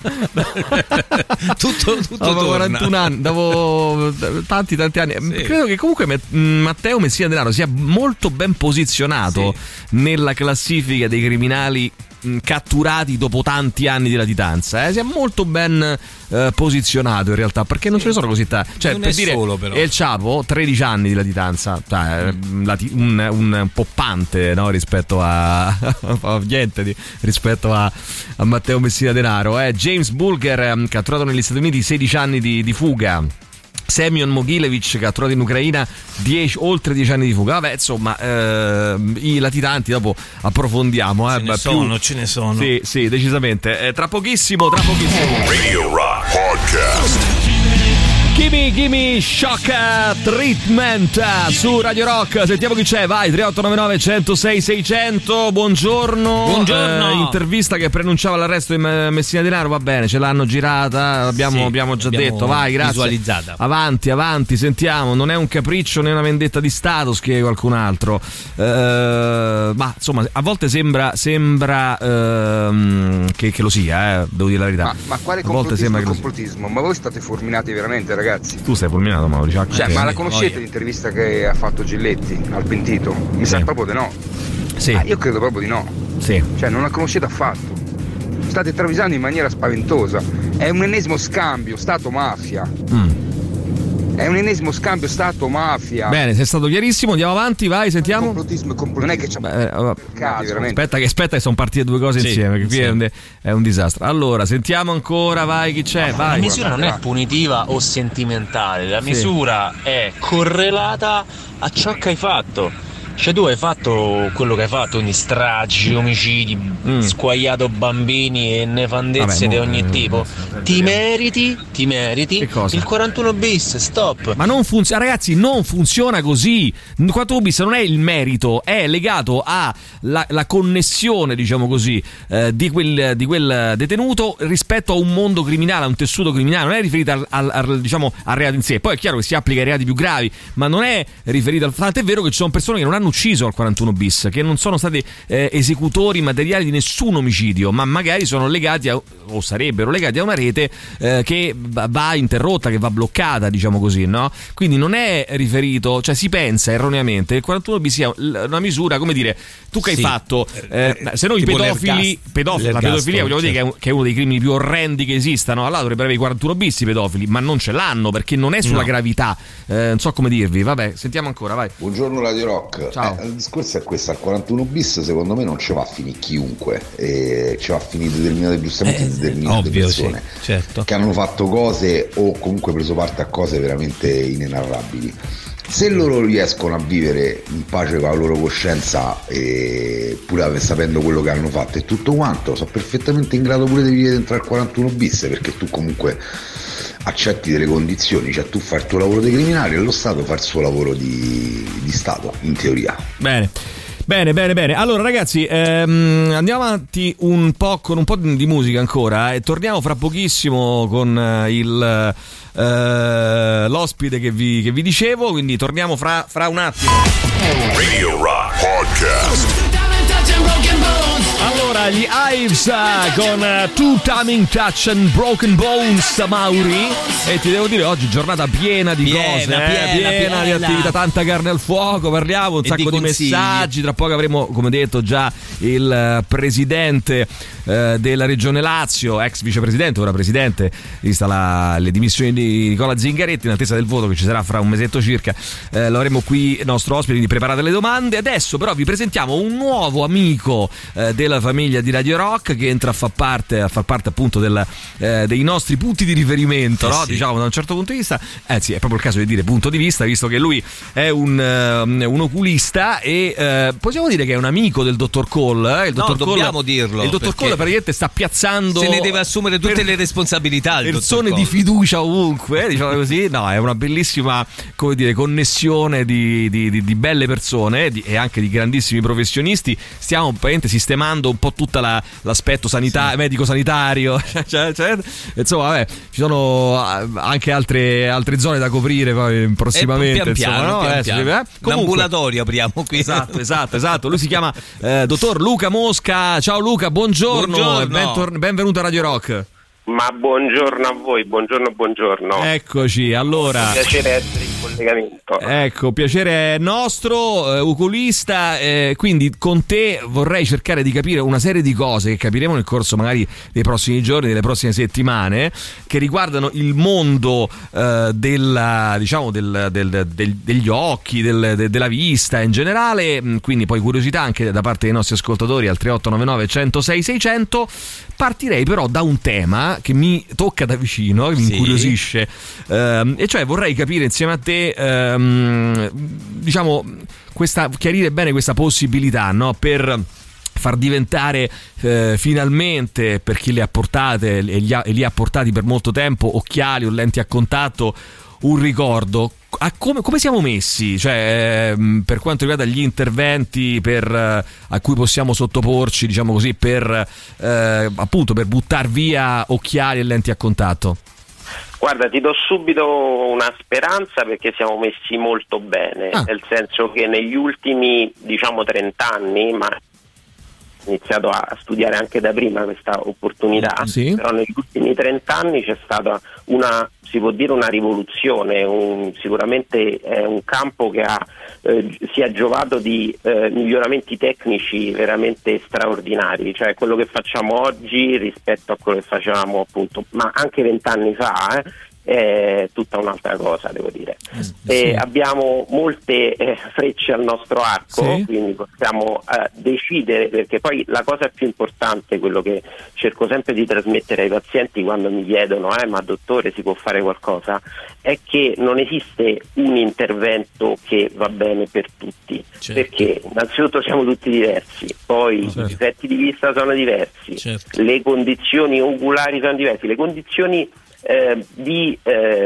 tutto, tutto dopo quarantuno anni, dopo tanti tanti anni. Sì. Credo che comunque Matteo Messina Denaro sia molto ben posizionato sì. nella classifica dei criminali catturati dopo tanti anni di latitanza, eh? Si è molto ben eh, posizionato in realtà, perché non ce ne sono così tanti. Cioè, non per è dire, solo, però. El Chapo tredici anni di latitanza, cioè, mm. lati- un, un poppante, no? Rispetto a, a niente di, rispetto a, a Matteo Messina Denaro. Eh? James Bulger, catturato negli Stati Uniti, sedici anni di, di fuga. Semyon Mogilevich, catturato in Ucraina, dieci, oltre dieci anni di fuga. Vabbè, insomma, eh, i latitanti dopo approfondiamo. Eh, ce ne più... sono, ce ne sono. Sì, sì, decisamente. Eh, tra pochissimo, tra pochissimo. Radio Rock Podcast. Gimme, gimme shock treatment su Radio Rock. Sentiamo chi c'è, vai. Tre otto nove nove uno zero sei sei zero zero. Buongiorno. Buongiorno. Eh, intervista che preannunciava l'arresto di Messina Denaro. Va bene, ce l'hanno girata. Abbiamo, sì, abbiamo già abbiamo detto. Vai, grazie. Visualizzata. Avanti, avanti. Sentiamo. Non è un capriccio né una vendetta di Stato, scrive qualcun altro. Eh, ma insomma, a volte sembra, sembra ehm, che, che lo sia. Eh, devo dire la verità. Ma, ma quale complottismo? complottismo? Ma voi state fulminati veramente, ragazzi? Tu sei fulminato, Mauro. Cioè, ma la conoscete l'intervista che ha fatto Gilletti al pentito? Mi sì. sa proprio di no. Sì. Ah, io credo proprio di no. Sì. Cioè, non la conoscete affatto. State travisando in maniera spaventosa. È un ennesimo scambio Stato-mafia. Mm. È un ennesimo scambio Stato-mafia. Bene, sei stato chiarissimo, andiamo avanti, vai, sentiamo. Complottismo e complottismo. Non è che c'è Beh, caso, aspetta che aspetta che sono partite due cose sì, insieme, che qui sì. è, un, è un disastro. Allora, sentiamo ancora, vai, chi c'è, vai. La misura non è punitiva o sentimentale, la misura sì. è correlata a ciò che hai fatto. Cioè tu hai fatto quello che hai fatto, quindi stragi, omicidi, mm. squagliato bambini e nefandezze di ogni tipo. Ti meriti, ti meriti il quarantuno bis, stop. Ma non funziona, ragazzi, non funziona così. Il quarantuno bis non è il merito, è legato alla la connessione, diciamo così, eh, di, quel, di quel detenuto rispetto a un mondo criminale, a un tessuto criminale. Non è riferito al, al, al, diciamo, al reato in sé. Poi è chiaro che si applica ai reati più gravi, ma non è riferito al... Tant'è vero che ci sono persone che non hanno ucciso al quarantuno bis, che non sono stati eh, esecutori materiali di nessun omicidio, ma magari sono legati a, o sarebbero legati a una rete eh, che va interrotta, che va bloccata, diciamo così, no? Quindi non è riferito, cioè si pensa erroneamente che il quarantuno bis sia una misura, come dire, tu che sì. hai fatto eh, se no i pedofili, pedofili la pedofilia voglio dire certo. che è uno dei crimini più orrendi che esistano, allora dovrebbero avere i quarantuno bis i pedofili, ma non ce l'hanno perché non è sulla no. gravità, eh, non so come dirvi, vabbè, sentiamo ancora, vai. Buongiorno Radio Rock. Ciao. Eh, il discorso è questo, al quarantuno bis secondo me non ci va a finire chiunque, eh, ci va a finire determinate giustamente eh, determinate ovvio, persone sì, certo. che hanno fatto cose o comunque preso parte a cose veramente inenarrabili. Se loro riescono a vivere in pace con la loro coscienza e pure sapendo quello che hanno fatto e tutto quanto, sono perfettamente in grado pure di vivere dentro al quarantuno bis, perché tu comunque accetti delle condizioni, cioè tu fai il tuo lavoro di criminale e lo Stato fa il suo lavoro di, di Stato, in teoria. Bene. Bene, bene, bene. Allora ragazzi, ehm, andiamo avanti un po' con un po' di musica ancora e torniamo fra pochissimo con eh, il eh, l'ospite che vi, che vi dicevo, quindi torniamo fra, fra un attimo. Radio Rock Podcast. Allora, gli Ives con Two Timing Touch and Broken Bones, Mauri. E ti devo dire, oggi giornata piena di piena, cose, piena, eh? piena, piena di attività, tanta carne al fuoco, parliamo, un e sacco di, di messaggi. Tra poco avremo, come detto, già il presidente eh, della regione Lazio, ex vicepresidente, ora presidente, vista la, le dimissioni di Nicola Zingaretti, in attesa del voto che ci sarà fra un mesetto circa. Eh, lo avremo qui nostro ospite, quindi preparate le domande. Adesso però vi presentiamo un nuovo amico eh, della famiglia di Radio Rock che entra a far parte, a far parte appunto del, eh, dei nostri punti di riferimento, eh no? Sì. Diciamo da un certo punto di vista, eh sì, è proprio il caso di dire punto di vista, visto che lui è un, uh, un oculista e uh, possiamo dire che è un amico del dottor Cole. Eh? Il dottor no, Cole, dobbiamo dirlo. Il dottor Cole praticamente sta piazzando, se ne deve assumere tutte le responsabilità. Persone di fiducia ovunque, diciamo così. No, è una bellissima, come dire, connessione di, di, di, di belle persone di, e anche di grandissimi professionisti. Stiamo praticamente sistemando un po' tutta la, l'aspetto sanità, sì. medico-sanitario. cioè, cioè, insomma, vabbè, ci sono anche altre, altre zone da coprire poi prossimamente. Pian piano, insomma, no? pian eh, piano. Comunque, l'ambulatorio apriamo qui. Esatto, esatto, esatto. Lui si chiama eh, dottor Luca Mosca. Ciao Luca, buongiorno, buongiorno. E bentor- benvenuto a Radio Rock. Ma buongiorno a voi, buongiorno, buongiorno. Eccoci, allora. Piacere essere in collegamento. Ecco, piacere nostro, eh, oculista, eh, quindi con te vorrei cercare di capire una serie di cose che capiremo nel corso magari dei prossimi giorni, delle prossime settimane, che riguardano il mondo eh, della, diciamo, del, del, del, degli occhi, del, de, della vista in generale, quindi poi curiosità anche da parte dei nostri ascoltatori al tre otto nove nove, centosei, seicento. Partirei però da un tema che mi tocca da vicino, che mi sì. incuriosisce, ehm, e cioè vorrei capire insieme a te, ehm, diciamo, questa, chiarire bene questa possibilità, no? Per far diventare eh, finalmente, per chi le ha portate e li ha, e li ha portati per molto tempo, occhiali o lenti a contatto, un ricordo. A come, come siamo messi, cioè ehm, per quanto riguarda gli interventi per, eh, a cui possiamo sottoporci, diciamo così, per eh, appunto per buttar via occhiali e lenti a contatto? Guarda, ti do subito una speranza, perché siamo messi molto bene, ah. nel senso che negli ultimi, diciamo, trent'anni, ma ho iniziato a studiare anche da prima questa opportunità, sì. però negli ultimi trent'anni c'è stata una, si può dire, una rivoluzione, un, sicuramente è un campo che ha, eh, si è giovato di eh, miglioramenti tecnici veramente straordinari, cioè quello che facciamo oggi rispetto a quello che facevamo appunto, ma anche vent'anni fa, eh, è tutta un'altra cosa, devo dire. Sì. E abbiamo molte eh, frecce al nostro arco, sì. quindi possiamo eh, decidere, perché poi la cosa più importante, quello che cerco sempre di trasmettere ai pazienti quando mi chiedono eh, ma dottore, si può fare qualcosa, è che non esiste un intervento che va bene per tutti, certo. perché innanzitutto siamo tutti diversi, poi certo. i difetti di vista sono diversi, certo. le condizioni oculari sono diverse, le condizioni Eh, di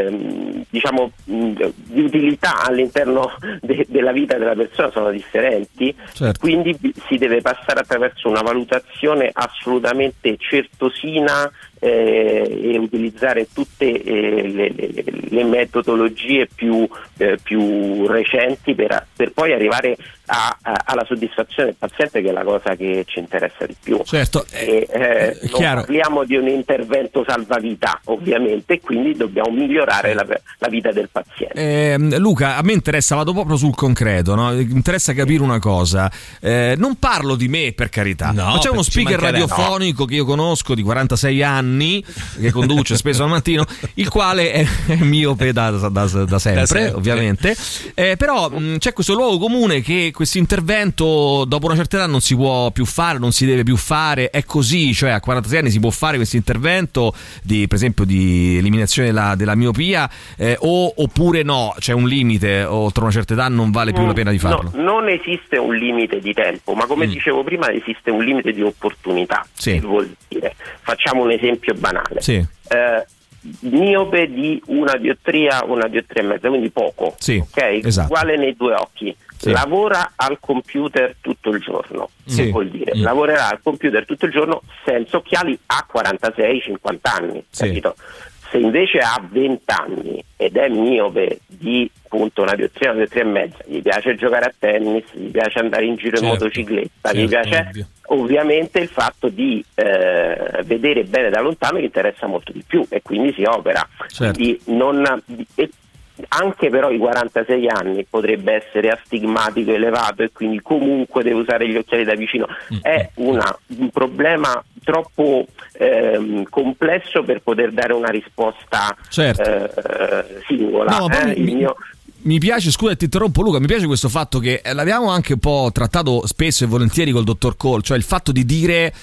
eh, diciamo mh, di utilità all'interno de- della vita della persona sono differenti, certo. quindi b- si deve passare attraverso una valutazione assolutamente certosina eh, e utilizzare tutte eh, le, le, le metodologie più, eh, più recenti per, per poi arrivare a, a, alla soddisfazione del paziente, che è la cosa che ci interessa di più. Certo, e, eh, non chiaro. Parliamo di un intervento salvavita, ovviamente, quindi dobbiamo migliorare la, la vita del paziente. Eh, Luca, a me interessa, vado proprio sul concreto, no? Mi interessa capire una cosa. Eh, non parlo di me, per carità, no, ma c'è uno speaker radiofonico no. che io conosco di quarantasei anni, che conduce spesso al mattino, il quale è, è miope da, da, da, da sempre, da sempre. ovviamente. Eh, però mh, c'è questo luogo comune che questo intervento dopo una certa età non si può più fare, non si deve più fare, è così, cioè a quarantasei anni si può fare questo intervento di, per esempio, di eliminazione della, della miopia, eh, o, oppure no, c'è un limite, oltre una certa età non vale più la pena di farlo? No, non esiste un limite di tempo, ma come mm. dicevo prima esiste un limite di opportunità, sì. che vuol dire, facciamo un esempio banale, sì. eh, miope di una diottria, una diottria e mezza, quindi poco, sì, ok? esatto. Uguale nei due occhi. Sì. Lavora al computer tutto il giorno, sì. che vuol dire? Mm. Lavorerà al computer tutto il giorno senza occhiali a quarantasei cinquanta anni, sì. capito? Se invece ha venti anni ed è miope di appunto una dioptria, una dioptria e mezza, gli piace giocare a tennis, gli piace andare in giro certo, in motocicletta, certo, gli piace ovvio. Ovviamente il fatto di eh, vedere bene da lontano gli interessa molto di più e quindi si opera. Certo. Quindi non, e anche però i quarantasei anni potrebbe essere astigmatico elevato e quindi comunque deve usare gli occhiali da vicino. Mm-hmm. È una, un problema troppo ehm, complesso per poter dare una risposta certo. eh, singola. No, eh, mi, il mio... mi piace, scusa ti interrompo Luca, mi piace questo fatto che l'abbiamo anche un po' trattato spesso e volentieri col dottor Cole, cioè il fatto di dire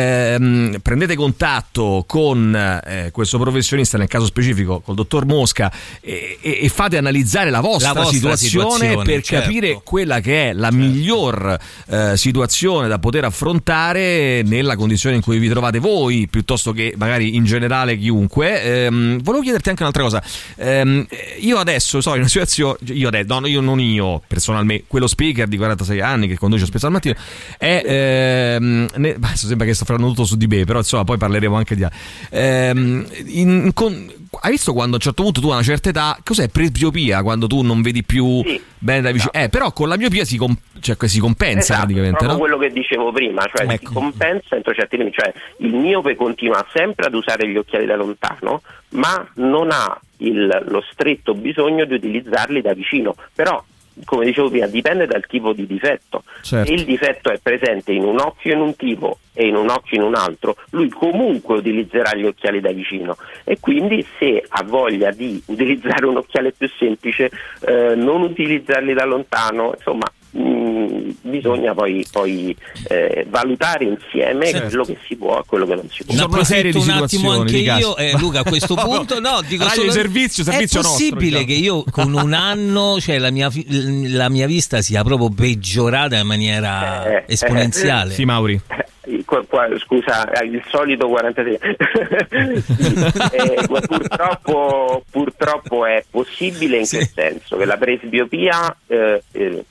ehm, prendete contatto con eh, questo professionista, nel caso specifico col dottor Mosca, e, e, e fate analizzare la vostra, la vostra situazione, situazione per certo. capire quella che è la certo. miglior eh, situazione da poter affrontare nella condizione in cui vi trovate voi, piuttosto che magari in generale chiunque. Ehm, volevo chiederti anche un'altra cosa. Ehm, io adesso sono in una situazione, io adesso, no, io non io personalmente, quello speaker di quarantasei anni che conduce spesso al mattino è ehm, ne, sembra che sto facendo tutto su di me, però insomma poi parleremo anche di ehm, in, con, hai visto quando a un certo punto tu a una certa età, cos'è presbiopia, quando tu non vedi più sì, bene da vicino, eh, però con la miopia si, com- cioè, si compensa esatto, praticamente, proprio no? Quello che dicevo prima, cioè ecco. si compensa entro certi limiti, cioè il miope continua sempre ad usare gli occhiali da lontano ma non ha il, lo stretto bisogno di utilizzarli da vicino, però come dicevo prima dipende dal tipo di difetto. Certo. Se il difetto è presente in un occhio in un tipo e in un occhio in un altro, lui comunque utilizzerà gli occhiali da vicino e quindi se ha voglia di utilizzare un occhiale più semplice eh, non utilizzarli da lontano, insomma mh, bisogna poi, poi eh, valutare insieme certo. quello che si può e quello che non si può. Ne approfitto un attimo anche io, eh, Luca, a questo punto no, dico solo, servizio, servizio è possibile nostro, che io con un anno cioè la mia, la mia vista sia proprio peggiorata in maniera eh, esponenziale. Eh, sì, Mauri. Qua, qua, scusa, il solito quarantasei eh, purtroppo, purtroppo è possibile in sì. che senso che la presbiopia eh, eh,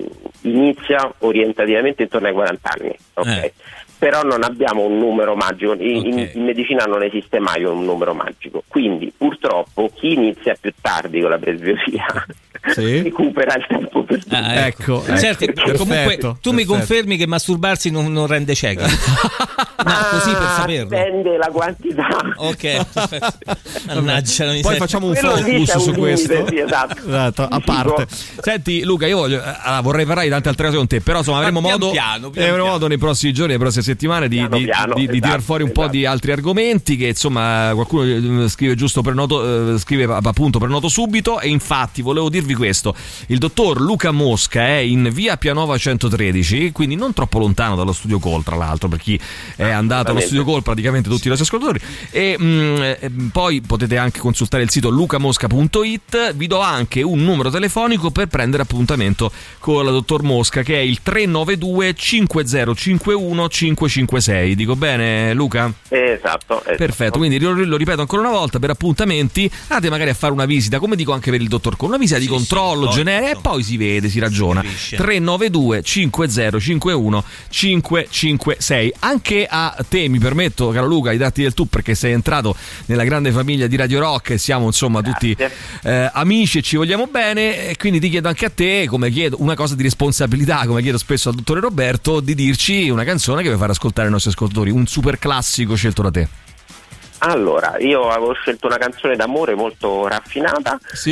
inizia orientativamente intorno ai quaranta anni, ok? Eh. Però non abbiamo un numero magico, in, okay. in medicina non esiste mai un numero magico, quindi purtroppo chi inizia più tardi con la presbiopia sì. recupera il tempo per tutto. Ah, ecco, ecco. Certo, perfetto, comunque tu perfetto. mi confermi che masturbarsi non, non rende cieca? No, ah, così per saperlo. Dipende la quantità. Ok, mannaggia, non mi poi serve. facciamo un focus su questo. Limite, sì, esatto. esatto, a parte. Senti Luca, io voglio, allora, vorrei parlare di tante altre cose con te, però insomma avremo modo, piano, piano, avremo piano. modo nei prossimi giorni, nei prossime settimane di, piano, di, piano, di, esatto, di tirar fuori un esatto. po' di altri argomenti che insomma qualcuno scrive giusto per noto, eh, scrive appunto per noto subito, e infatti volevo dirvi questo: il dottor Luca Mosca è in via Pianova centotredici, quindi non troppo lontano dallo Studio Call, tra l'altro, per chi è andato allo Studio Call, praticamente tutti i nostri ascoltatori, e mh, poi potete anche consultare il sito lucamosca punto it. Vi do anche un numero telefonico per prendere appuntamento con la dottor Mosca, che è il tre nove due cinque zero cinque uno cinque cinque sei. Dico bene, Luca? Esatto, esatto. Perfetto, quindi lo, lo ripeto ancora una volta: per appuntamenti andate magari a fare una visita, come dico anche per il dottor Cole, una visita sì, di controllo sì, generica, e poi si vede, si ragiona. tre nove due cinque zero cinque uno cinque cinque sei. Anche a te mi permetto, caro Luca, di darti del tu, perché sei entrato nella grande famiglia di Radio Rock e siamo insomma Grazie. tutti eh, amici e ci vogliamo bene, e quindi ti chiedo anche a te, come chiedo una cosa di responsabilità, come chiedo spesso al dottore Roberto, di dirci una canzone che vuoi far ascoltare ai nostri ascoltatori, un super classico scelto da te. Allora, io avevo scelto una canzone d'amore molto raffinata, sì?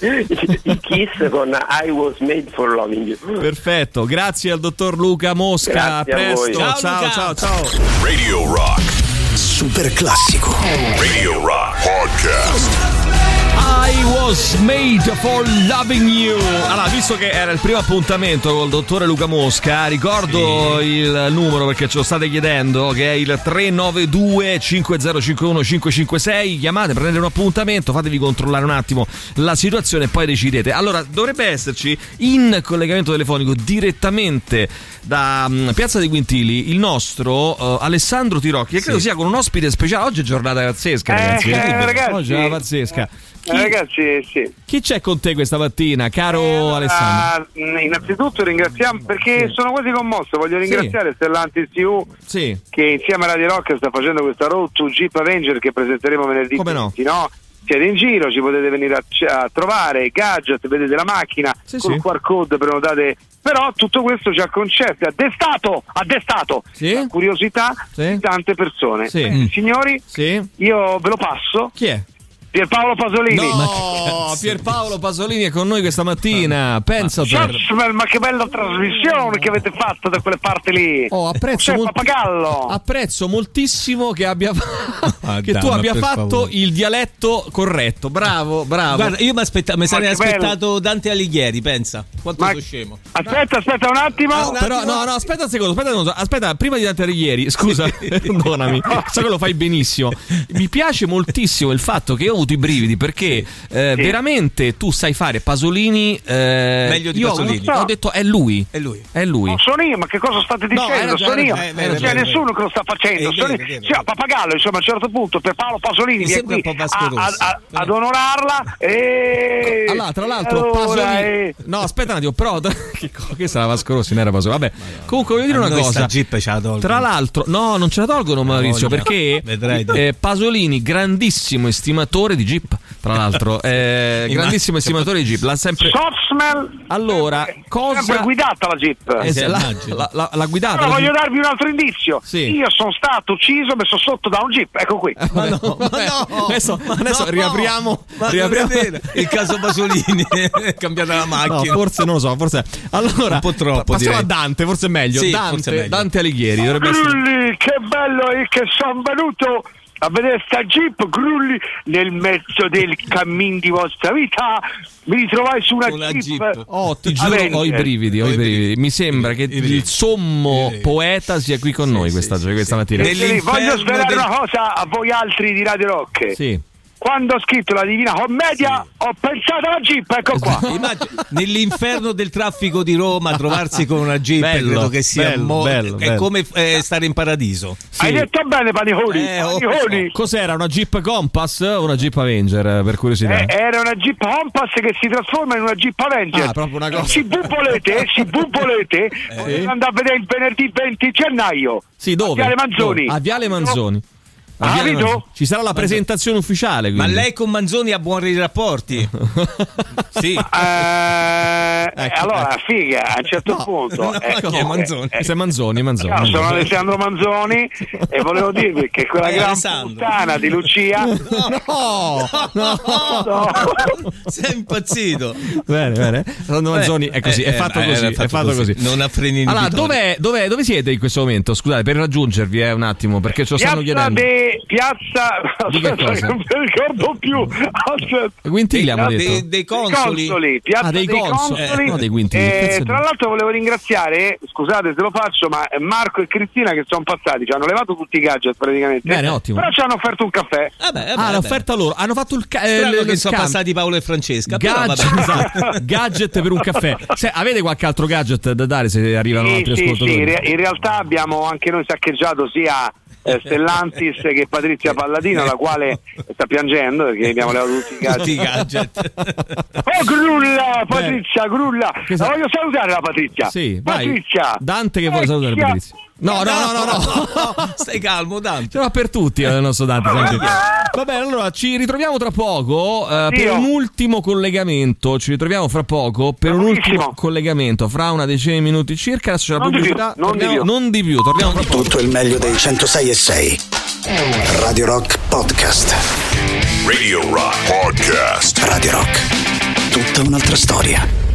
i Kiss con I Was Made for Loving You. Perfetto, grazie al dottor Luca Mosca. Grazie a presto, ciao ciao, ciao, ciao. Radio Rock, super classico. Radio Rock Podcast. I was made for loving you. Allora, visto che era il primo appuntamento col dottore Luca Mosca, ricordo sì. il numero, perché ce lo state chiedendo, che è il tre nove due cinque zero cinque uno cinque cinque sei. Chiamate, prendete un appuntamento, fatevi controllare un attimo la situazione e poi decidete. Allora, dovrebbe esserci in collegamento telefonico direttamente da um, Piazza dei Quintili il nostro uh, Alessandro Tirocchi, che sì. credo sia con un ospite speciale. Oggi è giornata pazzesca, ragazzi. Eh, eh, ragazzi. Oggi è una pazzesca. Chi, eh, ragazzi, sì. Chi c'è con te questa mattina, caro eh, Alessandro? Uh, innanzitutto ringraziamo, perché sì. sono quasi commosso. Voglio ringraziare sì. Stellantis T V sì. che insieme a Radio Rock sta facendo questa Road to Jeep Avenger che presenteremo venerdì Come no? venti, no? siete in giro, ci potete venire a, a trovare, gadget, vedete la macchina, sì, col sì. Q R code prenotate, però tutto questo ci ha concesso, ha destato, ha destato sì. la curiosità sì. di tante persone. Sì. Eh, signori, sì. io ve lo passo. Chi è? Pierpaolo Pasolini. No, Pierpaolo Pasolini è con noi questa mattina. Pensa te. Ma che bella trasmissione che avete fatto da quelle parti lì. Oh, apprezzo, molt- Pappagallo. apprezzo moltissimo che abbia ah, che tu abbia fatto favore. il dialetto corretto. Bravo, bravo. Guarda, io mi aspetta- sarei aspettato bello. Dante Alighieri, pensa. Quanto sono scemo. Aspetta, aspetta un attimo. Ah, un Però attimo. no, no, aspetta un secondo, aspetta, un secondo. aspetta, prima di Dante Alighieri, scusa, perdonami. So che lo fai benissimo. Mi piace moltissimo il fatto che io avuto i brividi perché eh, sì. veramente tu sai fare Pasolini eh, meglio di io Pasolini. Ho, ho detto è lui. È lui. È lui. No, sono io, ma che cosa state dicendo? No, sono io. Eh, non c'è nessuno che lo sta facendo. È sono vero, io. Sì, a Pappagallo, insomma, a un certo punto per Paolo Pasolini viene qui a, a, a, ad onorarla e allora, tra l'altro allora, Pasolini e... No, aspetta un attimo, però che, che sarà Vasco Rossi, non era Pasolini. Vabbè. Comunque voglio dire una cosa. Tra l'altro, no, non ce la tolgono Maurizio, perché eh, Pasolini grandissimo estimatore di Jeep. Tra l'altro, eh, grandissimo estimatore di Jeep. L'ha sempre. Sotsmel. Allora, cosa. Sempre guidata la Jeep. Eh, la, la, la, la guidata. Però la voglio Jeep. darvi un altro indizio. Sì. Io sono stato ucciso, messo sotto da un Jeep. Ecco qui. Eh, ma no, ma no. Adesso, ma adesso no, riapriamo. Ma riapriamo. Il caso Pasolini. È cambiata la macchina. No, forse non lo so. Forse. Allora, un po' troppo. Passiamo direi. a Dante, forse è meglio. Sì, Dante, forse è meglio. Dante Alighieri. Dovrebbe Grulli, essere... che bello è che sono venuto a vedere sta Jeep, Grulli, nel mezzo del cammin di vostra vita. Mi ritrovai su una, una Jeep. Jeep. Oh, ti giuro, Avenger. ho i brividi, ho i brividi. Mi sembra che il sommo poeta sia qui con noi questa, sì, questa mattina. Voglio svelare del... una cosa a voi altri di Radio Rock. Sì. Quando ho scritto la Divina Commedia, sì. ho pensato alla Jeep, ecco qua. Immagino, nell'inferno del traffico di Roma, trovarsi con una Jeep, bello, credo che sia bello, mo- bello, è bello. come eh, stare in paradiso. Sì. Hai detto bene, Panihoni. Eh, oh, Panihoni. Cos'era, una Jeep Compass o una Jeep Avenger, per curiosità? Eh, era una Jeep Compass che si trasforma in una Jeep Avenger. Ah, proprio una cosa. Si bubolete, si bubolete, eh. andare a vedere il venerdì venti gennaio. Sì, dove? A Viale Manzoni. Dove? A Viale Manzoni. Ah, Manzoni. Ci sarà la presentazione ufficiale, quindi. Ma lei con Manzoni ha buoni rapporti? Sì. Eh, ecco, allora, ecco. figa, a un certo no, punto. No, eh, no, Manzoni. Eh, sei Manzoni, Manzoni. No, Manzoni. sono Alessandro Manzoni e volevo dirvi che quella eh, gran Alessandro. puttana di Lucia. No, no, no, no. Sei impazzito. Bene, bene. Alessandro Manzoni è così, è fatto eh, così, fatto è fatto così. così. Non ha freni allora, inibitori. dov'è, dov'è, dove siete in questo momento? Scusate, per raggiungervi eh, un attimo, perché ce lo stanno Piazza chiedendo. De, piazza Di che cosa? non mi ricordo più. Quintili abbiamo detto. Dei, dei consoli. consoli. Piazza ah, dei, dei consoli. consoli. Eh, no, dei Quintili. Eh, tra l'altro volevo ringraziare, scusate se lo faccio, ma Marco e Cristina che sono passati, ci hanno levato tutti i gadget praticamente. Bene, ottimo. Però ci hanno offerto un caffè. Vabbè, vabbè, ah, l'ha offerta loro. Hanno fatto il ca- eh, che sono passati Paolo e Francesca. Gadget, però, esatto. Gadget per un caffè. Se, avete qualche altro gadget da dare se arrivano sì, altri sì, ascoltatori? Sì, in realtà abbiamo anche noi saccheggiato sia eh, Stellantis che Patrizia Palladino, la quale sta piangendo perché abbiamo levato tutti i gadget. Oh, Grulla, Patrizia, Grulla. La voglio salutare la Patrizia. Sì, Patrizia. Vai. Dante che vuole salutare Patrizia. No, no, no, no, no, no. Stai calmo, Dante. Ce l'ho per tutti il nostro Dante. Va bene, allora ci ritroviamo tra poco uh, per un ultimo collegamento. Ci ritroviamo fra poco per un ultimo collegamento, fra una decina di minuti circa. Adesso c'è la pubblicità. Non di più. Non di più, torniamo fra poco. Tutto il meglio dei centosei e sei. Radio Rock Podcast. Radio Rock Podcast. Radio Rock. Tutta un'altra storia.